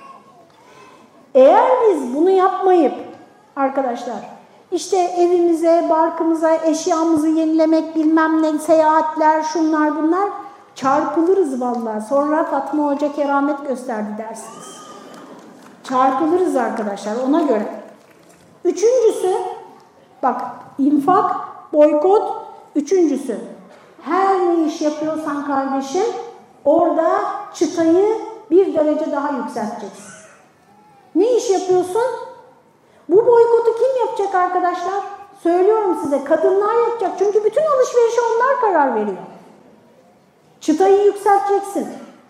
Eğer biz bunu yapmayıp arkadaşlar, işte evimize, barkımıza, eşyamızı yenilemek, bilmem ne, seyahatler, şunlar bunlar, çarpılırız vallahi. Sonra Fatma Hoca keramet gösterdi dersiniz. Çarpılırız arkadaşlar ona göre. Üçüncüsü, bak infak, boykot. Üçüncüsü, her ne iş yapıyorsan kardeşim, orada çıtayı bir derece daha yükselteceksin. Ne iş yapıyorsun? Bu boykotu kim yapacak arkadaşlar? Söylüyorum size, kadınlar yapacak. Çünkü bütün alışverişe onlar karar veriyor. Çıtayı yükselteceksin.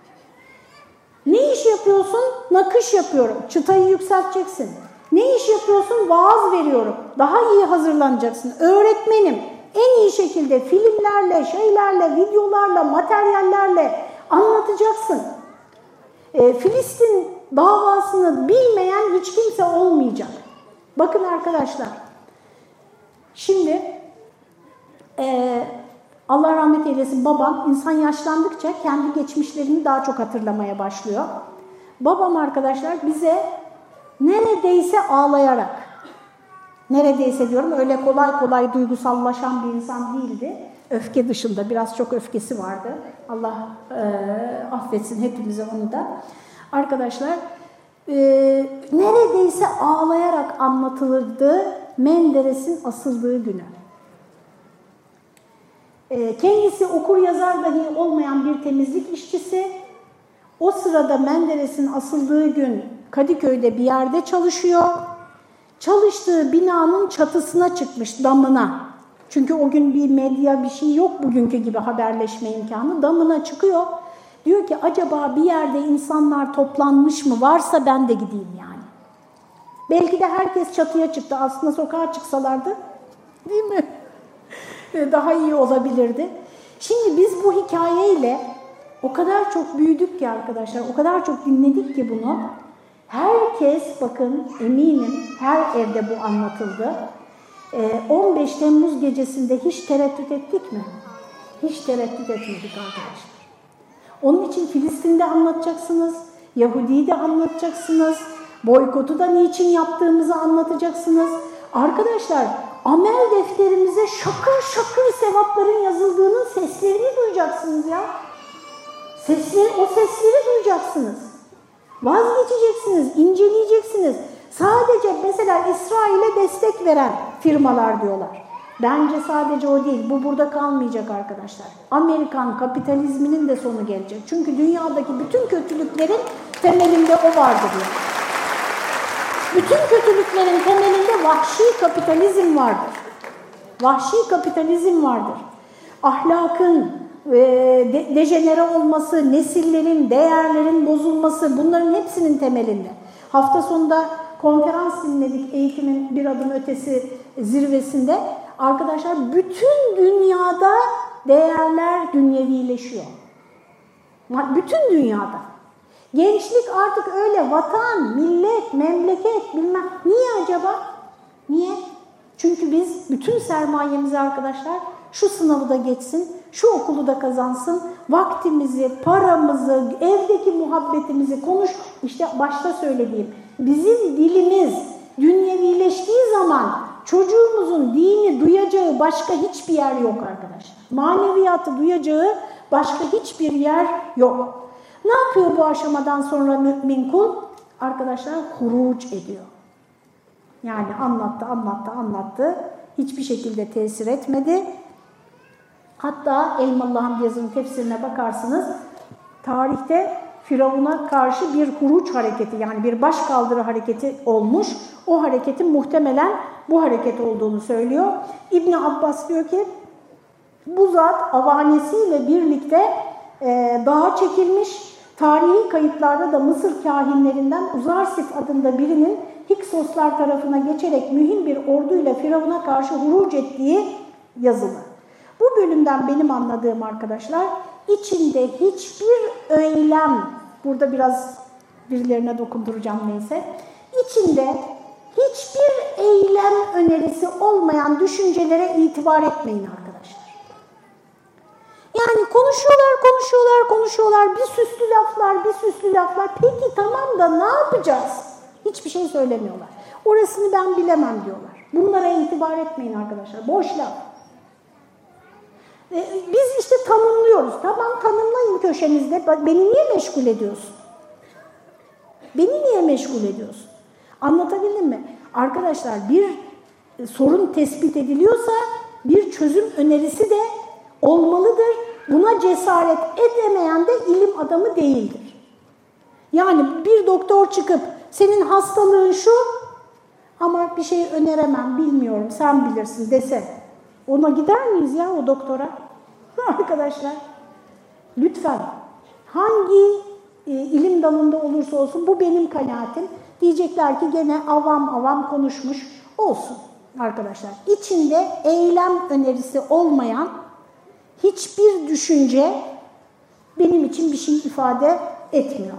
Ne iş yapıyorsun? Nakış yapıyorum. Çıtayı yükselteceksin. Ne iş yapıyorsun? Vaaz veriyorum. Daha iyi hazırlanacaksın. Öğretmenim. En iyi şekilde filmlerle, şeylerle, videolarla, materyallerle anlatacaksın. E, Filistin davasını bilmeyen hiç kimse olmayacak. Bakın arkadaşlar, şimdi e, Allah rahmet eylesin babam, insan yaşlandıkça kendi geçmişlerini daha çok hatırlamaya başlıyor. Babam arkadaşlar bize neredeyse ağlayarak, neredeyse diyorum, öyle kolay kolay duygusallaşan bir insan değildi. Öfke dışında biraz çok öfkesi vardı. Allah e, affetsin hepimize onu da. Arkadaşlar e, neredeyse ağlayarak anlatılırdı Menderes'in asıldığı günü. E, kendisi okur yazar dahi olmayan bir temizlik işçisi. O sırada Menderes'in asıldığı gün Kadıköy'de bir yerde çalışıyor. Çalıştığı binanın çatısına çıkmış, damına. Çünkü o gün bir medya, bir şey yok bugünkü gibi haberleşme imkanı. Damına çıkıyor. Diyor ki acaba bir yerde insanlar toplanmış mı? Varsa ben de gideyim yani. Belki de herkes çatıya çıktı. Aslında sokağa çıksalardı, değil mi? Daha iyi olabilirdi. Şimdi biz bu hikayeyle o kadar çok büyüdük ki arkadaşlar, o kadar çok dinledik ki bunu. Herkes, bakın eminim her evde bu anlatıldı. on beş Temmuz gecesinde hiç tereddüt ettik mi? Hiç tereddüt etmedik arkadaşlar. Onun için Filistin'de anlatacaksınız, Yahudi'yi de anlatacaksınız, boykotu da niçin yaptığımızı anlatacaksınız. Arkadaşlar, amel defterimize şakır şakır sevapların yazıldığının seslerini duyacaksınız ya. Sesleri, o sesleri duyacaksınız. Vazgeçeceksiniz, inceleyeceksiniz. Sadece mesela İsrail'e destek veren firmalar diyorlar. Bence sadece o değil, bu burada kalmayacak arkadaşlar. Amerikan kapitalizminin de sonu gelecek. Çünkü dünyadaki bütün kötülüklerin temelinde o vardır yani. Bütün kötülüklerin temelinde vahşi kapitalizm vardır. Vahşi kapitalizm vardır. Ahlakın e, de, dejenere olması, nesillerin, değerlerin bozulması, bunların hepsinin temelinde. Hafta sonunda konferans dinledik eğitimin bir adım ötesi zirvesinde. Arkadaşlar bütün dünyada değerler dünyevileşiyor. Bütün dünyada. Gençlik artık öyle vatan, millet, memleket bilmem. Niye acaba? Niye? Çünkü biz bütün sermayemizi arkadaşlar şu sınavı da geçsin, şu okulu da kazansın, vaktimizi, paramızı, evdeki muhabbetimizi konuş. İşte başta söylediğim, bizim dilimiz dünyevileştiği zaman çocuğumuzun dini duyacağı başka hiçbir yer yok arkadaşlar. Maneviyatı duyacağı başka hiçbir yer yok. Ne yapıyor bu aşamadan sonra mümin kul? Arkadaşlar huruc ediyor. Yani anlattı, anlattı, anlattı. Hiçbir şekilde tesir etmedi. Hatta Elmalı Hamdi Yazı'nın tefsirine bakarsınız. Tarihte Firavun'a karşı bir huruc hareketi, yani bir başkaldırı hareketi olmuş. O hareketin muhtemelen bu hareket olduğunu söylüyor. İbn Abbas diyor ki bu zat avanesiyle birlikte e, dağa çekilmiş. Tarihi kayıtlarda da Mısır kahinlerinden Uzarsif adında birinin Hiksoslar tarafına geçerek mühim bir orduyla Firavun'a karşı huruc ettiği yazılı. Bu bölümden benim anladığım arkadaşlar, içinde hiçbir eylem, burada biraz birilerine dokunduracağım neyse, içinde hiçbir eylem önerisi olmayan düşüncelere itibar etmeyin arkadaşlar. Yani konuşuyorlar, konuşuyorlar, konuşuyorlar, bir süslü laflar, bir süslü laflar. Peki tamam da ne yapacağız? Hiçbir şey söylemiyorlar. Orasını ben bilemem diyorlar. Bunlara itibar etmeyin arkadaşlar. Boş laf. Ee, biz işte tanımlıyoruz. Tamam, tanımlayın köşenizde. Beni niye meşgul ediyorsun? Beni niye meşgul ediyorsun? Anlatabildim mi? Arkadaşlar bir sorun tespit ediliyorsa bir çözüm önerisi de olmalıdır. Buna cesaret edemeyen de ilim adamı değildir. Yani bir doktor çıkıp senin hastalığın şu ama bir şey öneremem, bilmiyorum, sen bilirsin dese ona gider miyiz ya o doktora? Arkadaşlar lütfen hangi e, ilim dalında olursa olsun bu benim kanaatim. Diyecekler ki gene avam avam konuşmuş olsun arkadaşlar. İçinde eylem önerisi olmayan hiçbir düşünce benim için bir şey ifade etmiyor.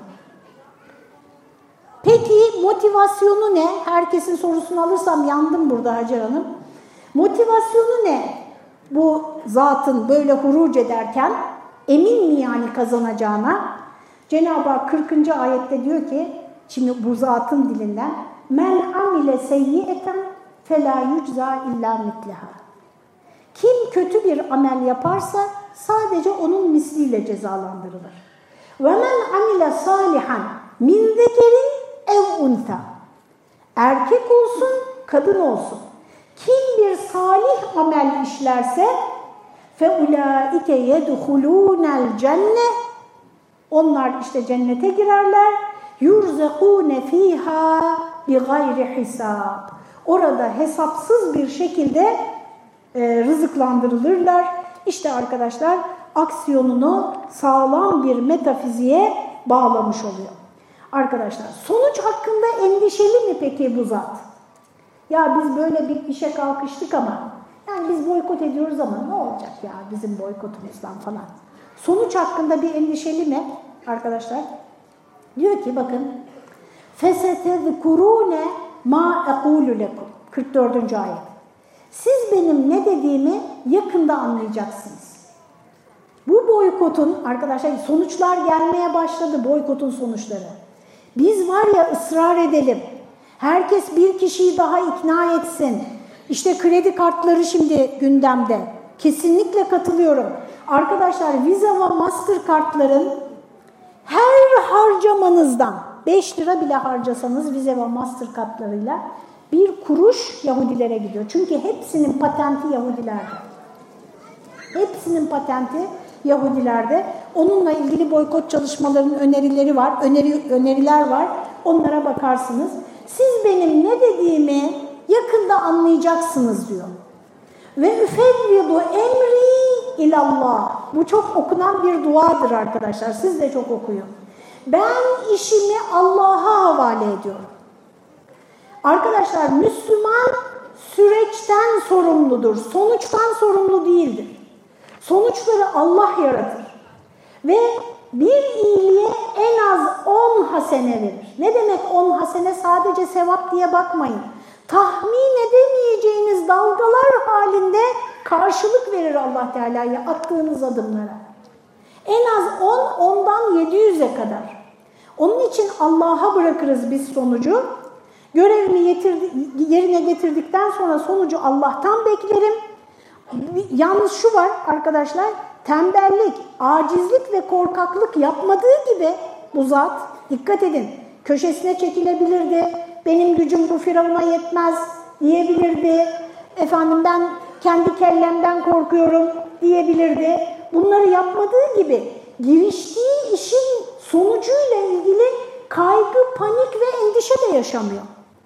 Peki motivasyonu ne? Herkesin sorusunu alırsam yandım burada Hacer Hanım. Motivasyonu ne? Bu zatın böyle huruc ederken emin mi yani kazanacağına? Cenab-ı Hak kırkıncı ayette diyor ki, şimdi bu zatın dilinden men amile seyyi'eten felâ yüczâ illâ mitleha. Kim kötü bir amel yaparsa sadece onun misliyle cezalandırılır. Ve men amile salihan, min zekerin ev unta. Erkek olsun, kadın olsun. Kim bir salih amel işlerse فَاُولَٰئِكَ يَدْخُلُونَ الْجَنَّةِ Onlar işte cennete girerler. يُرْزَقُونَ ف۪يهَا بِغَيْرِ حِسَابٍ Orada hesapsız bir şekilde e, rızıklandırılırlar. İşte arkadaşlar aksiyonunu sağlam bir metafiziğe bağlamış oluyor. Arkadaşlar sonuç hakkında endişeli mi peki bu zat? Ya biz böyle bir işe kalkıştık ama yani biz boykot ediyoruz ama ne olacak ya bizim boykotumuzdan falan. Sonuç hakkında bir endişeli mi arkadaşlar? Diyor ki bakın فَسَتَذْكُرُونَ مَا اَقُولُ لَكُمْ kırk dördüncü ayet. Siz benim ne dediğimi yakında anlayacaksınız. Bu boykotun arkadaşlar sonuçlar gelmeye başladı, boykotun sonuçları. Biz var ya ısrar edelim. Herkes bir kişiyi daha ikna etsin. İşte kredi kartları şimdi gündemde. Kesinlikle katılıyorum. Arkadaşlar Visa ve Mastercard'ların her harcamanızdan beş lira bile harcasanız Visa ve Mastercard'larıyla bir kuruş Yahudilere gidiyor. Çünkü hepsinin patenti Yahudilerde. Hepsinin patenti Yahudilerde. Onunla ilgili boykot çalışmalarının önerileri var, öneri, öneriler var. Onlara bakarsınız. Siz benim ne dediğimi yakında anlayacaksınız diyor. Ve üfevvidu emri ilallah. Bu çok okunan bir duadır arkadaşlar. Siz de çok okuyun. Ben işimi Allah'a havale ediyorum. Arkadaşlar Müslüman süreçten sorumludur. Sonuçtan sorumlu değildir. Sonuçları Allah yaratır. Ve bir iyiliğe en az on hasene verir. Ne demek on hasene? Sadece sevap diye bakmayın. Tahmin edemeyeceğiniz dalgalar halinde karşılık verir Allah Teala'ya attığınız adımlara. En az on, ondan yedi yüze kadar. Onun için Allah'a bırakırız biz sonucu. Görevimi yetirdi, yerine getirdikten sonra sonucu Allah'tan beklerim. Yalnız şu var arkadaşlar, tembellik, acizlik ve korkaklık yapmadığı gibi bu zat, dikkat edin, köşesine çekilebilirdi, benim gücüm bu Firavun'a yetmez diyebilirdi, efendim ben kendi kellemden korkuyorum diyebilirdi. Bunları yapmadığı gibi giriştiği işin sonucuyla ilgili kaygı, panik ve endişe de yaşamıyor.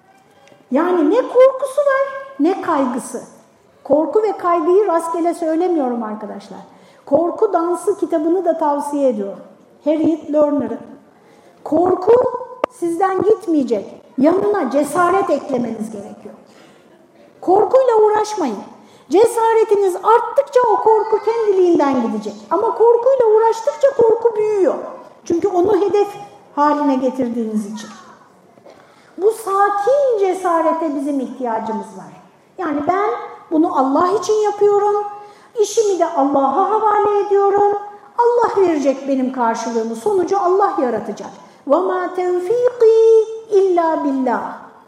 Yani ne korkusu var ne kaygısı. Korku ve kaygıyı rastgele söylemiyorum arkadaşlar. Korku Dansı kitabını da tavsiye ediyorum. Harriet Lerner'ın. Korku sizden gitmeyecek. Yanına cesaret eklemeniz gerekiyor. Korkuyla uğraşmayın. Cesaretiniz arttıkça o korku kendiliğinden gidecek. Ama korkuyla uğraştıkça korku büyüyor. Çünkü onu hedef haline getirdiğiniz için. Bu sakin cesarete bizim ihtiyacımız var. Yani ben bunu Allah için yapıyorum. İşimi de Allah'a havale ediyorum. Allah verecek benim karşılığımı. Sonucu Allah yaratacak. وَمَا تَوْفِيقِي اِلَّا بِاللّٰهِ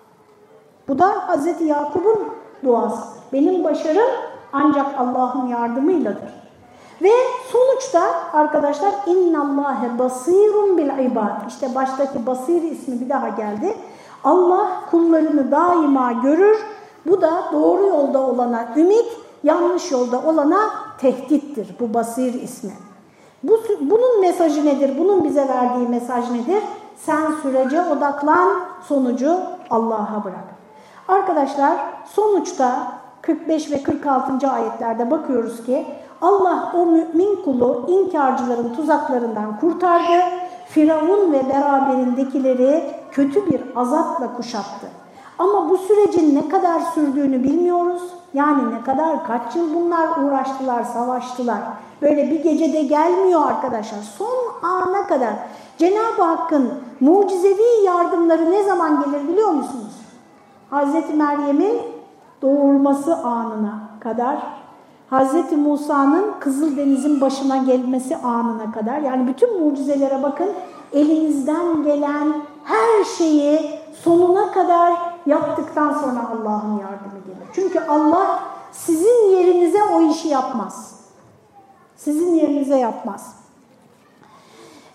Bu da Hazreti Yakup'un duası. Benim başarım ancak Allah'ın yardımıyladır. Ve sonuçta arkadaşlar اِنَّ اللّٰهَ بَصِيرٌ بِالْعِبَادِ İşte baştaki Basir ismi bir daha geldi. Allah kullarını daima görür. Bu da doğru yolda olana ümit, yanlış yolda olana tehdittir bu Basir ismi. Bu, bunun mesajı nedir? Bunun bize verdiği mesaj nedir? Sen sürece odaklan, sonucu Allah'a bırak. Arkadaşlar sonuçta kırk beş ve kırk altıncı ayetlerde bakıyoruz ki Allah o mümin kulu inkarcıların tuzaklarından kurtardı. Firavun ve beraberindekileri kötü bir azapla kuşattı. Ama bu sürecin ne kadar sürdüğünü bilmiyoruz. Yani ne kadar, kaç yıl bunlar uğraştılar, savaştılar. Böyle bir gecede gelmiyor arkadaşlar. Son ana kadar Cenab-ı Hakk'ın mucizevi yardımları ne zaman gelir biliyor musunuz? Hazreti Meryem'in doğurması anına kadar, Hazreti Musa'nın Kızıldeniz'in başına gelmesi anına kadar. Yani bütün mucizelere bakın, elinizden gelen her şeyi sonuna kadar yaptıktan sonra Allah'ın yardımı gelir. Çünkü Allah sizin yerinize o işi yapmaz. Sizin yerinize yapmaz.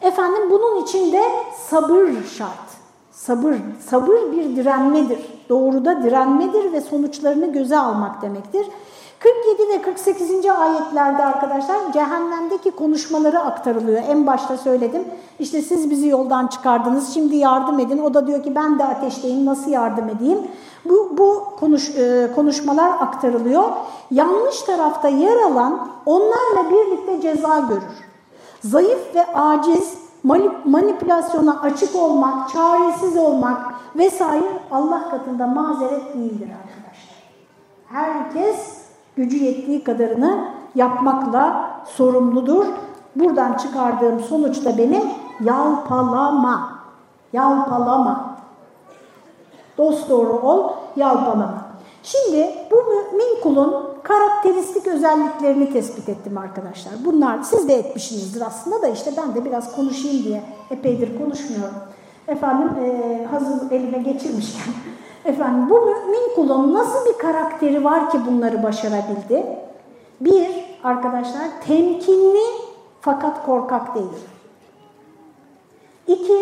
Efendim bunun için de sabır şart. Sabır, sabır bir direnmedir. Doğruda direnmedir ve sonuçlarını göze almak demektir. kırk yedi ve kırk sekizinci ayetlerde arkadaşlar cehennemdeki konuşmaları aktarılıyor. En başta söyledim. İşte siz bizi yoldan çıkardınız, şimdi yardım edin. O da diyor ki ben de ateşteyim, nasıl yardım edeyim? Bu, bu konuş, e, konuşmalar aktarılıyor. Yanlış tarafta yer alan onlarla birlikte ceza görür. Zayıf ve aciz, manipülasyona açık olmak, çaresiz olmak vesaire Allah katında mazeret değildir arkadaşlar. Herkes gücü yettiği kadarını yapmakla sorumludur. Buradan çıkardığım sonuç da benim yalpalama. Yalpalama. Dosdoğru ol, yalpalama. Şimdi bu mümin kulun karakteristik özelliklerini tespit ettim arkadaşlar. Bunlar siz de etmişsinizdir aslında da işte ben de biraz konuşayım diye epeydir konuşmuyorum. Efendim e, hazır elime geçirmişken. Efendim bu mümin kulun nasıl bir karakteri var ki bunları başarabildi? Bir, arkadaşlar temkinli fakat korkak değil. İki,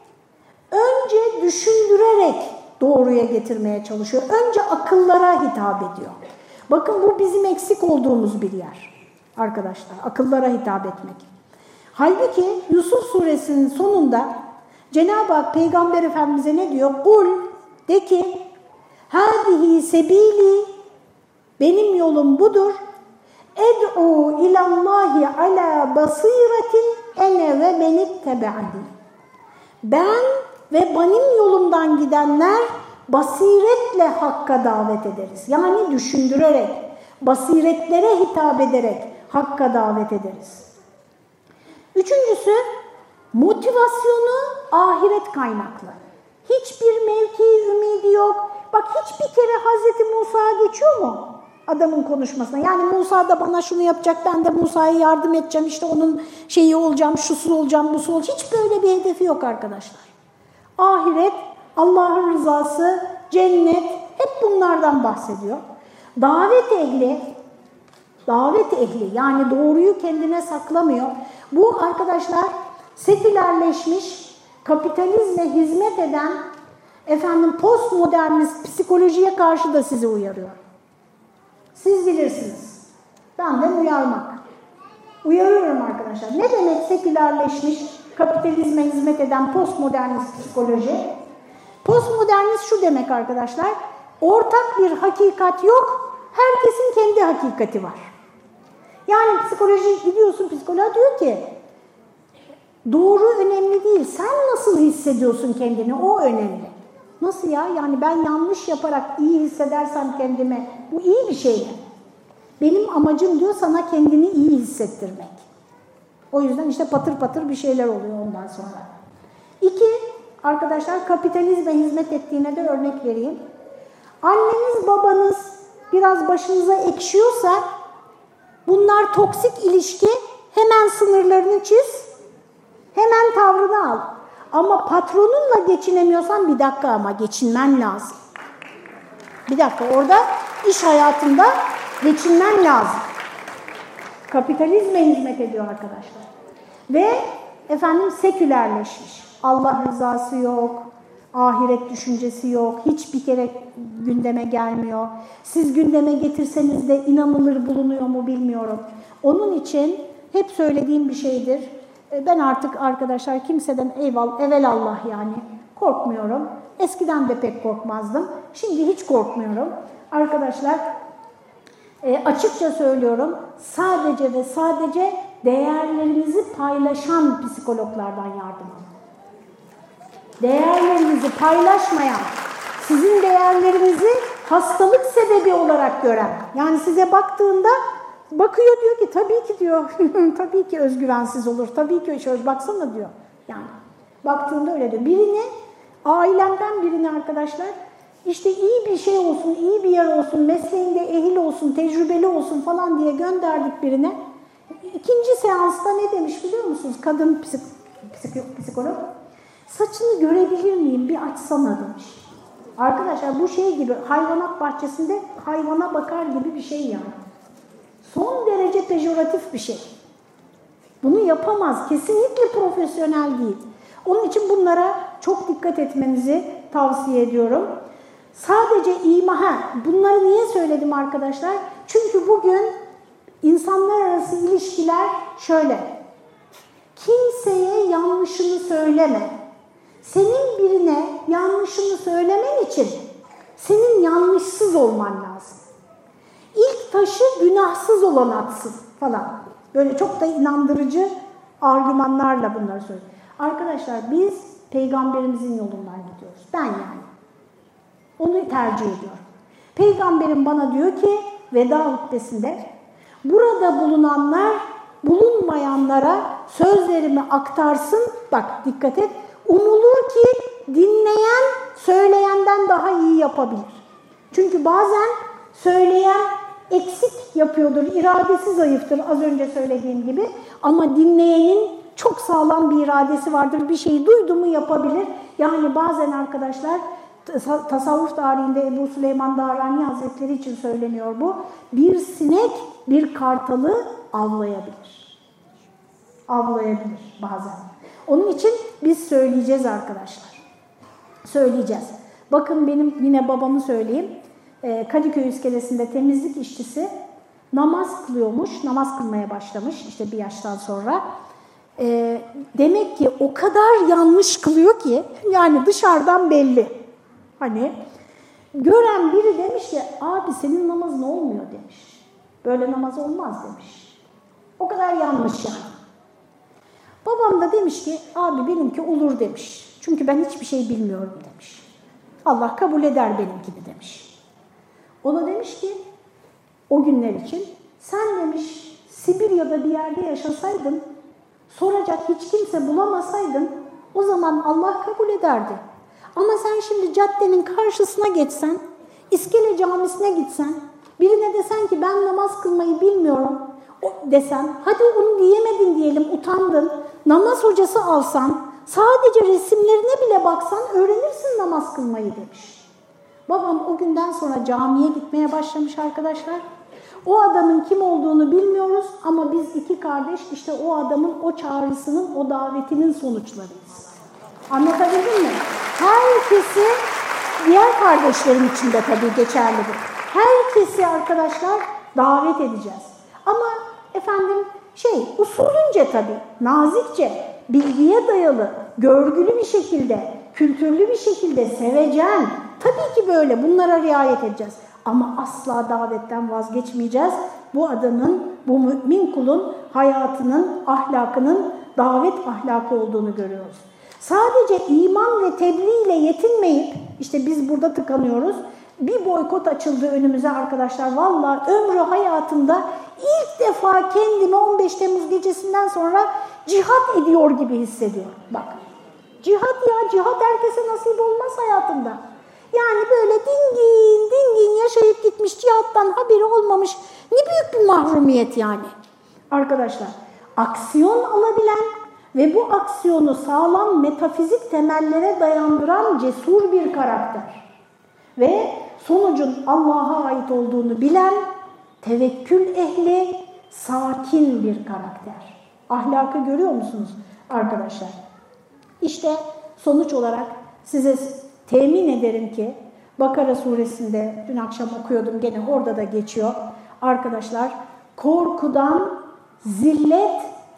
önce düşündürerek doğruya getirmeye çalışıyor. Önce akıllara hitap ediyor. Bakın bu bizim eksik olduğumuz bir yer arkadaşlar. Akıllara hitap etmek. Halbuki Yusuf suresinin sonunda Cenab-ı Hak Peygamber Efendimiz'e ne diyor? Kul, de ki hâzihi sebîli, benim yolum budur. Ed'u ilallahi ala basiretin ene ve menittebe'ani. Ben ve benim yolumdan gidenler basiretle Hakk'a davet ederiz. Yani düşündürerek, basiretlere hitap ederek Hakk'a davet ederiz. Üçüncüsü, motivasyonu ahiret kaynaklı. Hiçbir mevki ümidi yok. Bak hiçbir kere Hazreti Musa geçiyor mu adamın konuşmasına? Yani Musa da bana şunu yapacak, ben de Musa'ya yardım edeceğim, işte onun şeyi olacağım, şusu olacağım, busu olacağım. Hiç böyle bir hedefi yok arkadaşlar. Ahiret, Allah'ın rızası, cennet, hep bunlardan bahsediyor. Davet ehli, davet ehli yani doğruyu kendine saklamıyor. Bu arkadaşlar sekülerleşmiş, kapitalizme hizmet eden efendim postmodernist psikolojiye karşı da sizi uyarıyor. Siz bilirsiniz. Benden uyarmak. Uyarıyorum arkadaşlar. Ne demek sekülerleşmiş, kapitalizme hizmet eden postmodernist psikoloji? Postmodernist şu demek arkadaşlar. Ortak bir hakikat yok. Herkesin kendi hakikati var. Yani psikoloji gidiyorsun psikoloğa diyor ki doğru önemli değil. Sen nasıl hissediyorsun kendini? O önemli. Nasıl ya? Yani ben yanlış yaparak iyi hissedersem kendime bu iyi bir şey mi? Benim amacım diyor sana kendini iyi hissettirmek. O yüzden işte patır patır bir şeyler oluyor ondan sonra. İki, arkadaşlar kapitalizme hizmet ettiğine de örnek vereyim. Anneniz babanız biraz başınıza ekşiyorsa bunlar toksik ilişki, hemen sınırlarını çiz, hemen tavrını al. Ama patronunla geçinemiyorsan bir dakika ama geçinmen lazım. Bir dakika orada iş hayatında geçinmen lazım. Kapitalizme hizmet ediyor arkadaşlar. Ve efendim sekülerleşmiş. Allah rızası yok, ahiret düşüncesi yok, hiçbir kere gündeme gelmiyor. Siz gündeme getirseniz de inanılır bulunuyor mu bilmiyorum. Onun için hep söylediğim bir şeydir. Ben artık arkadaşlar kimseden eyvallah, evelallah yani korkmuyorum. Eskiden de pek korkmazdım. Şimdi hiç korkmuyorum. Arkadaşlar e, açıkça söylüyorum. Sadece ve sadece değerlerinizi paylaşan psikologlardan yardım alın. Değerlerinizi paylaşmayan, sizin değerlerinizi hastalık sebebi olarak gören, yani size baktığında bakıyor diyor ki tabii ki diyor, tabii ki özgüvensiz olur, tabii ki şöyle baksana diyor. Yani baktığında öyle diyor. Birini, ailemden birini arkadaşlar, işte iyi bir şey olsun, iyi bir yer olsun, mesleğinde ehil olsun, tecrübeli olsun falan diye gönderdik birine. İkinci seansta ne demiş biliyor musunuz? Kadın psik psik psikolog. Saçını görebilir miyim? Bir açsana demiş. Arkadaşlar bu şey gibi hayvanat bahçesinde hayvana bakar gibi bir şey yani. Son derece pejoratif bir şey. Bunu yapamaz. Kesinlikle profesyonel değil. Onun için bunlara çok dikkat etmenizi tavsiye ediyorum. Sadece iman, bunları niye söyledim arkadaşlar? Çünkü bugün insanlar arası ilişkiler şöyle. Kimseye yanlışını söyleme. Senin birine yanlışını söylemen için senin yanlışsız olman lazım. İlk taşı günahsız olan atsın falan. Böyle çok da inandırıcı argümanlarla bunları söylüyor. Arkadaşlar biz Peygamberimizin yolundan gidiyoruz. Ben yani. Onu tercih ediyorum. Peygamberim bana diyor ki veda hutbesinde, burada bulunanlar bulunmayanlara sözlerimi aktarsın. Bak dikkat et. Umulur ki dinleyen söyleyenden daha iyi yapabilir. Çünkü bazen söyleyen eksik yapıyordur, iradesi zayıftır az önce söylediğim gibi. Ama dinleyenin çok sağlam bir iradesi vardır. Bir şeyi duydu mu yapabilir. Yani bazen arkadaşlar tasavvuf tarihinde Ebu Süleyman Darani Hazretleri için söyleniyor bu. Bir sinek bir kartalı avlayabilir. Avlayabilir bazen. Onun için biz söyleyeceğiz arkadaşlar. Söyleyeceğiz. Bakın benim yine babamı söyleyeyim. Kadıköy iskelesinde temizlik işçisi namaz kılıyormuş. Namaz kılmaya başlamış işte bir yaştan sonra. E, demek ki o kadar yanlış kılıyor ki yani dışarıdan belli. Hani gören biri demiş ki abi senin namazın olmuyor demiş. Böyle namaz olmaz demiş. O kadar yanlış yani. Babam da demiş ki abi benimki olur demiş. Çünkü ben hiçbir şey bilmiyorum demiş. Allah kabul eder benimkini demiş. O da demiş ki o günler için sen demiş Sibirya'da bir yerde yaşasaydın, soracak hiç kimse bulamasaydın o zaman Allah kabul ederdi. Ama sen şimdi caddenin karşısına geçsen, İskele Camisi'ne gitsen, birine desen ki ben namaz kılmayı bilmiyorum desen, hadi onu diyemedin diyelim, utandın, namaz hocası alsan, sadece resimlerine bile baksan öğrenirsin namaz kılmayı demiş. Babam o günden sonra camiye gitmeye başlamış arkadaşlar. O adamın kim olduğunu bilmiyoruz ama biz iki kardeş işte o adamın o çağrısının, o davetinin sonuçlarıyız. Anlatabildim mi? Herkesi, diğer kardeşlerim için de tabii geçerli bu. Herkesi arkadaşlar davet edeceğiz. Ama efendim şey usulünce tabii, nazikçe, bilgiye dayalı, görgülü bir şekilde, kültürlü bir şekilde, sevecen. Tabii ki böyle bunlara riayet edeceğiz. Ama asla davetten vazgeçmeyeceğiz. Bu adamın, bu mümin kulun hayatının, ahlakının davet ahlakı olduğunu görüyoruz. Sadece iman ve tebliğ ile yetinmeyip, işte biz burada tıkanıyoruz. Bir boykot açıldı önümüze arkadaşlar. Vallahi ömrü hayatımda ilk defa kendimi on beş Temmuz gecesinden sonra cihat ediyor gibi hissediyorum. Bak, cihat ya, cihat herkese nasip olmaz hayatında. Yani böyle dingin dingin yaşayıp gitmiş, cihattan haberi olmamış ne büyük bir mahrumiyet yani. Arkadaşlar, aksiyon alabilen ve bu aksiyonu sağlam metafizik temellere dayandıran cesur bir karakter. Ve sonucun Allah'a ait olduğunu bilen, tevekkül ehli, sakin bir karakter. Ahlakı görüyor musunuz arkadaşlar? İşte sonuç olarak size temin ederim ki Bakara suresinde dün akşam okuyordum, gene orada da geçiyor. Arkadaşlar, korkudan zillet,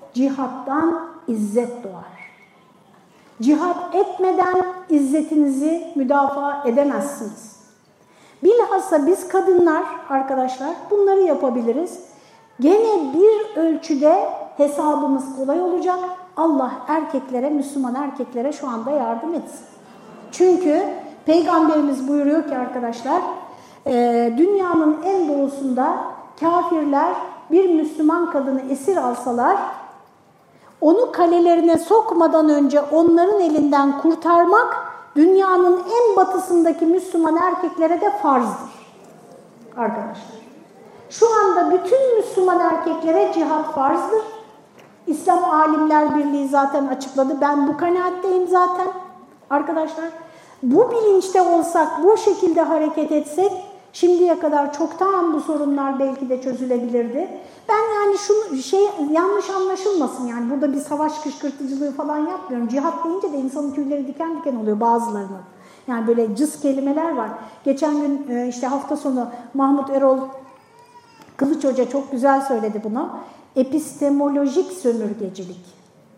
cihattan izzet doğar. Cihat etmeden izzetinizi müdafaa edemezsiniz. Bilhassa biz kadınlar arkadaşlar bunları yapabiliriz. Gene bir ölçüde hesabımız kolay olacak. Allah erkeklere, Müslüman erkeklere şu anda yardım etsin. Çünkü Peygamberimiz buyuruyor ki arkadaşlar, e, dünyanın en doğusunda kafirler bir Müslüman kadını esir alsalar, onu kalelerine sokmadan önce onların elinden kurtarmak dünyanın en batısındaki Müslüman erkeklere de farzdır. Arkadaşlar, şu anda bütün Müslüman erkeklere cihat farzdır. İslam Alimler Birliği zaten açıkladı. Ben bu kanaatteyim zaten. Arkadaşlar, bu bilinçte olsak, bu şekilde hareket etsek, Şimdiye kadar çoktan bu sorunlar belki de çözülebilirdi. Ben yani şunu şey yanlış anlaşılmasın, yani burada bir savaş kışkırtıcılığı falan yapmıyorum. Cihat deyince de insanın tüyleri diken diken oluyor bazılarının. Yani böyle cız kelimeler var. Geçen gün işte hafta sonu Mahmut Erol Kılıç Hoca çok güzel söyledi bunu. Epistemolojik sömürgecilik.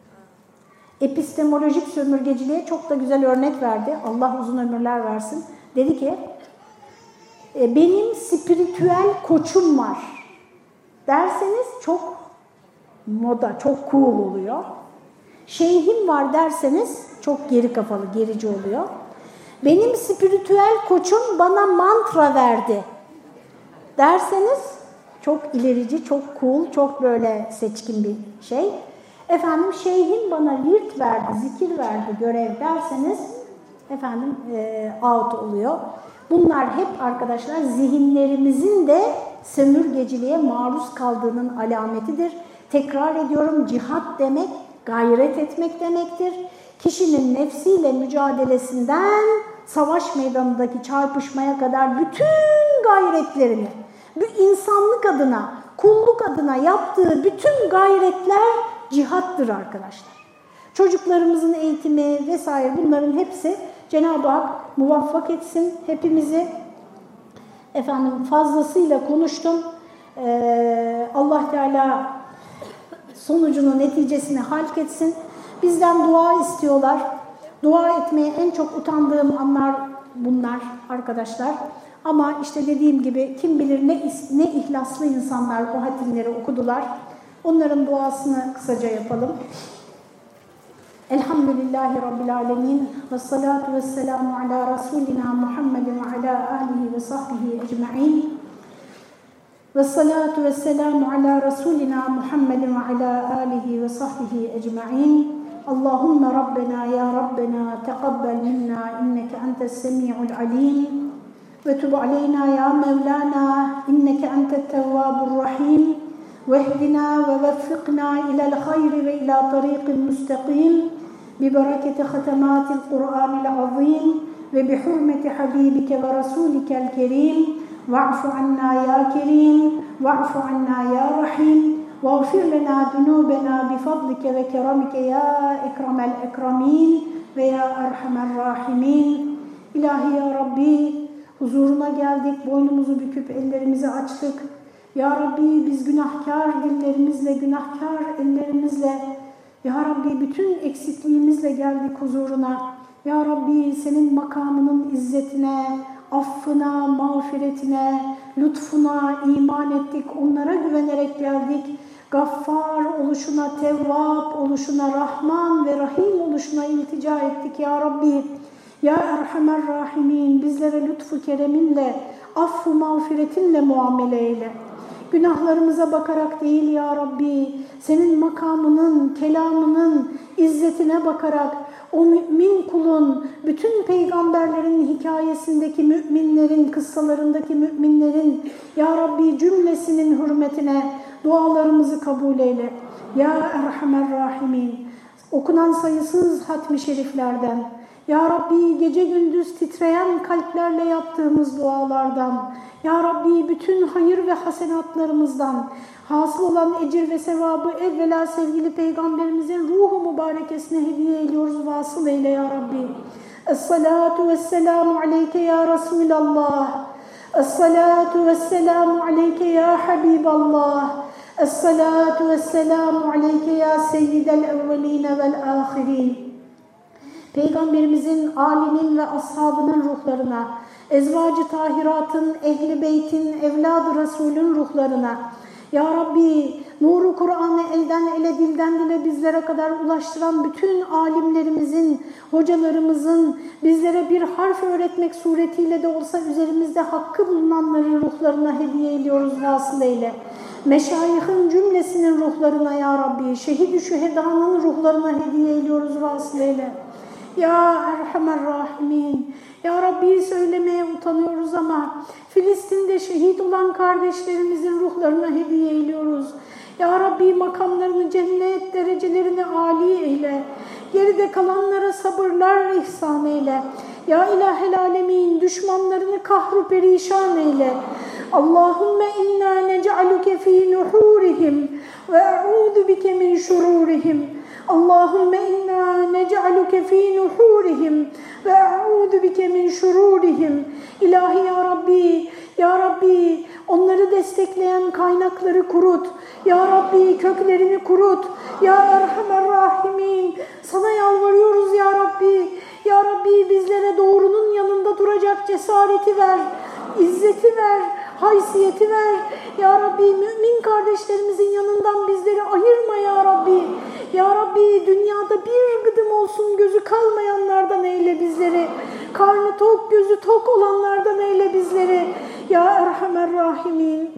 Epistemolojik sömürgeciliğe çok da güzel örnek verdi. Allah uzun ömürler versin. Dedi ki, benim spiritüel koçum var derseniz çok moda, çok cool oluyor. Şeyhim var derseniz çok geri kafalı, gerici oluyor. Benim spiritüel koçum bana mantra verdi derseniz çok ilerici, çok cool, çok böyle seçkin bir şey. Efendim şeyhim bana virt verdi, zikir verdi, görev derseniz efendim e, out oluyor. Bunlar hep arkadaşlar zihinlerimizin de sömürgeciliğe maruz kaldığının alametidir. Tekrar ediyorum, cihat demek gayret etmek demektir. Kişinin nefsiyle mücadelesinden savaş meydanındaki çarpışmaya kadar bütün gayretlerini, bu insanlık adına, kulluk adına yaptığı bütün gayretler cihattır arkadaşlar. Çocuklarımızın eğitimi vesaire, bunların hepsi Cenab-ı Hak muvaffak etsin hepimizi. Efendim fazlasıyla konuştum. Ee, Allah Teala sonucunu, neticesini halk etsin. Bizden dua istiyorlar. Dua etmeye en çok utandığım anlar bunlar arkadaşlar. Ama işte dediğim gibi kim bilir ne, ne ihlaslı insanlar o hatimleri okudular. Onların duasını kısaca yapalım. Elhamdülillahi Rabbil alemin ve salatu ve selamu ala Resulina Muhammedin ve ala alihi ve sahbihi ecma'in. Ve salatu ve selamu ala Resulina Muhammedin ve ala alihi ve sahbihi ecma'in. Allahümme Rabbena ya Rabbena teqabbel minna inneke entes semi'ul alim. Ve tub aleyna ya Mevlana inneke entet tevvabur rahim. Vehdina ve veffikna ilel hayri ve ila tariqin müstakim. ببركة ختمات القرآن العظيم وبحرمة حبيبك ورسولك الكريم واعف عنا يا كريم واعف عنا يا رحيم واغفر لنا ذنوبنا بفضلك وكرمك يا أكرم الأكرمين ويا أرحم الراحمين. İlahi ya Rabbi, huzuruna geldik, boynumuzu büküp ellerimizi açtık. Ya Rabbi, biz günahkar dillerimizle, günahkar ellerimizle, Ya Rabbi bütün eksikliğimizle geldik huzuruna. Ya Rabbi senin makamının izzetine, affına, mağfiretine, lütfuna iman ettik. Onlara güvenerek geldik. Gaffar oluşuna, Tevvab oluşuna, Rahman ve Rahim oluşuna iltica ettik Ya Rabbi. Ya Erhamer Rahimin, bizlere lütfu kereminle, affu mağfiretinle muamele eyle. Günahlarımıza bakarak değil Ya Rabbi, senin makamının, kelamının izzetine bakarak o mümin kulun, bütün peygamberlerin hikayesindeki müminlerin, kıssalarındaki müminlerin Ya Rabbi cümlesinin hürmetine dualarımızı kabul eyle. Ya Erhamer Rahimin, okunan sayısız hatmi şeriflerden, Ya Rabbi gece gündüz titreyen kalplerle yaptığımız dualardan, Ya Rabbi bütün hayır ve hasenatlarımızdan hasıl olan ecir ve sevabı evvela sevgili Peygamberimizin ruhu mübarekesine hediye ediyoruz, vasıl eyle Ya Rabbi. Es-salatu vesselamu aleyke ya Resulallah. Es-salatu vesselamu aleyke ya Habiballah. Es-salatu vesselamu aleyke ya seyyidel evveline vel ahirin. Peygamberimizin, âlinin ve ashabının ruhlarına, ezvacı tahiratın, ehli beytin, evladı Resulün ruhlarına, Ya Rabbi nuru Kur'an'ı elden ele, dilden dile bizlere kadar ulaştıran bütün alimlerimizin, hocalarımızın bizlere bir harf öğretmek suretiyle de olsa üzerimizde hakkı bulunanların ruhlarına hediye ediyoruz, vasıl eyle. Meşayihin cümlesinin ruhlarına Ya Rabbi, şehid-i şühedanın ruhlarına hediye ediyoruz, vasıl eyle. Ya Erhamer Rahimin, Ya Rabbi söylemeye utanıyoruz ama Filistin'de şehit olan kardeşlerimizin ruhlarına hediye ediyoruz. Ya Rabbi makamlarını cennet derecelerini âli eyle. geride kalanlara sabırlar ihsan eyle. Ya ilahel alemin, düşmanlarını kahru perişan eyle. Allahümme inna nec'aluke fî nuhurihim ve e'ûdu bike min şururihim. Allahümme inna nec'aluke fî nuhurihim ve e'ûdu bike min şururihim. İlahi ya Rabbi, ya Rabbi onları destekleyen kaynakları kurut. Ya Rabbi köklerini kurut. Ya Erhamer Rahimin, sana yalvarıyoruz ya Rabbi. Ya Rabbi bizlere doğrunun yanında duracak cesareti ver, izzeti ver, haysiyeti ver. Ya Rabbi mümin kardeşlerimizin yanından bizleri ayırma ya Rabbi. Ya Rabbi dünyada bir gıdım olsun gözü kalmayanlardan eyle bizleri. Karnı tok, gözü tok olanlardan eyle bizleri. Ya Erhamer Rahimin.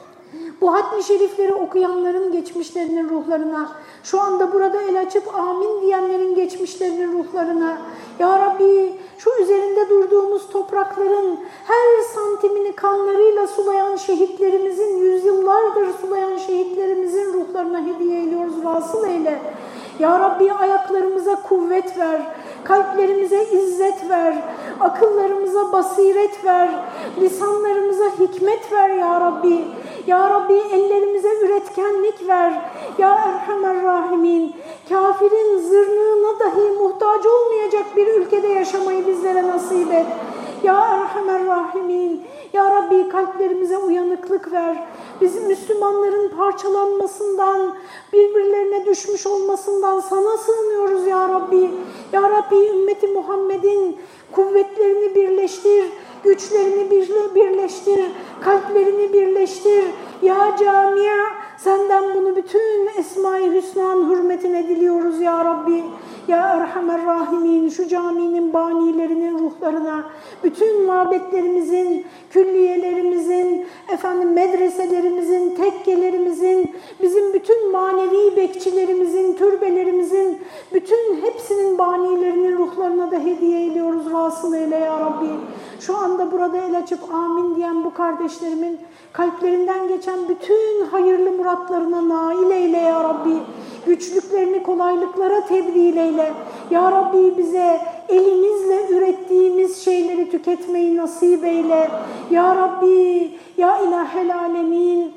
Bu hatmi şerifleri okuyanların geçmişlerinin ruhlarına, şu anda burada el açıp amin diyenlerin geçmişlerinin ruhlarına, ya Rabbi şu üzerinde durduğumuz toprakların her santimini kanlarıyla sulayan şehitlerimizin, yüzyıllardır sulayan şehitlerimizin ruhlarına hediye ediyoruz, vasıl eyle. Ya Rabbi ayaklarımıza kuvvet ver, kalplerimize izzet ver, akıllarımıza basiret ver, lisanlarımıza hikmet ver ya Rabbi. Ya Rabbi ellerimize üretkenlik ver. Ya Erhamer Rahimin, kafirin zırnığına dahi muhtaç olmayacak bir ülkede yaşamayı bizlere nasip et. Ya Erhamer Rahimin, Ya Rabbi kalplerimize uyanıklık ver. Bizim Müslümanların parçalanmasından, birbirlerine düşmüş olmasından sana sığınıyoruz ya Rabbi. Ya Rabbi ümmeti Muhammed'in kuvvetlerini birleştir, güçlerini birleştir, kalplerini birleştir. Ya Camia, senden bunu bütün Esma-i Hüsna'nın hürmetine diliyoruz ya Rabbi. Ya Erhamer Rahimin, şu caminin banilerinin ruhlarına, bütün mabetlerimizin, külliyelerimizin, efendim medreselerimizin, tekkelerimizin, bizim bütün manevi bekçilerimizin, türbelerimizin, bütün hepsinin banilerinin ruhlarına da hediye ediyoruz, vasıl eyle ya Rabbi. Şu anda burada el açıp amin diyen bu kardeşlerimin kalplerinden geçen bütün hayırlı muratlarına nail eyle ya Rabbi. Güçlüklerini kolaylıklara tebdil eyle. Ya Rabbi bize elimizle ürettiğimiz şeyleri tüketmeyi nasip eyle. Ya Rabbi, ya ilahel alemin,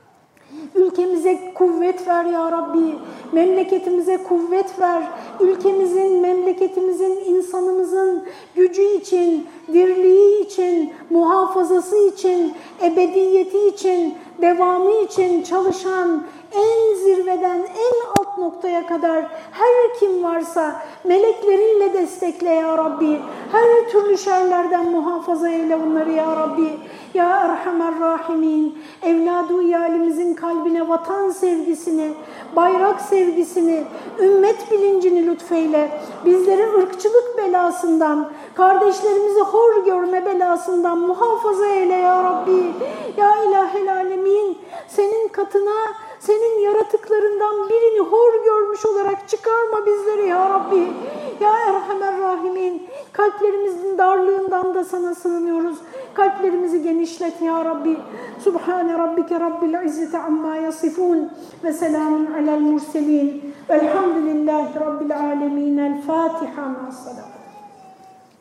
ülkemize kuvvet ver ya Rabbi, memleketimize kuvvet ver, ülkemizin, memleketimizin, insanımızın gücü için, dirliği için, muhafazası için, ebediyeti için, devamı için çalışan, en zirveden en alt noktaya kadar her kim varsa melekleriyle destekle ya Rabbi. Her türlü şerlerden muhafaza eyle onları ya Rabbi. Ya Erhamer Rahimin, evladı iyalimizin kalbine vatan sevgisini, bayrak sevgisini, ümmet bilincini lütfeyle. Bizleri ırkçılık belasından, kardeşlerimizi hor görme belasından muhafaza eyle ya Rabbi. Ya ilahel alemin, senin katına, senin yaratıklarından birini hor görmüş olarak çıkarma bizleri ya Rabbi. Ya Erhamer Rahimin, kalplerimizin darlığından da sana sığınıyoruz. Kalplerimizi genişlet ya Rabbi. Subhane Rabbike Rabbil İzzeti amma yasifun ve selamun alel murselin. Velhamdülillahi Rabbil alemin. El Fatiha ma'as-salam.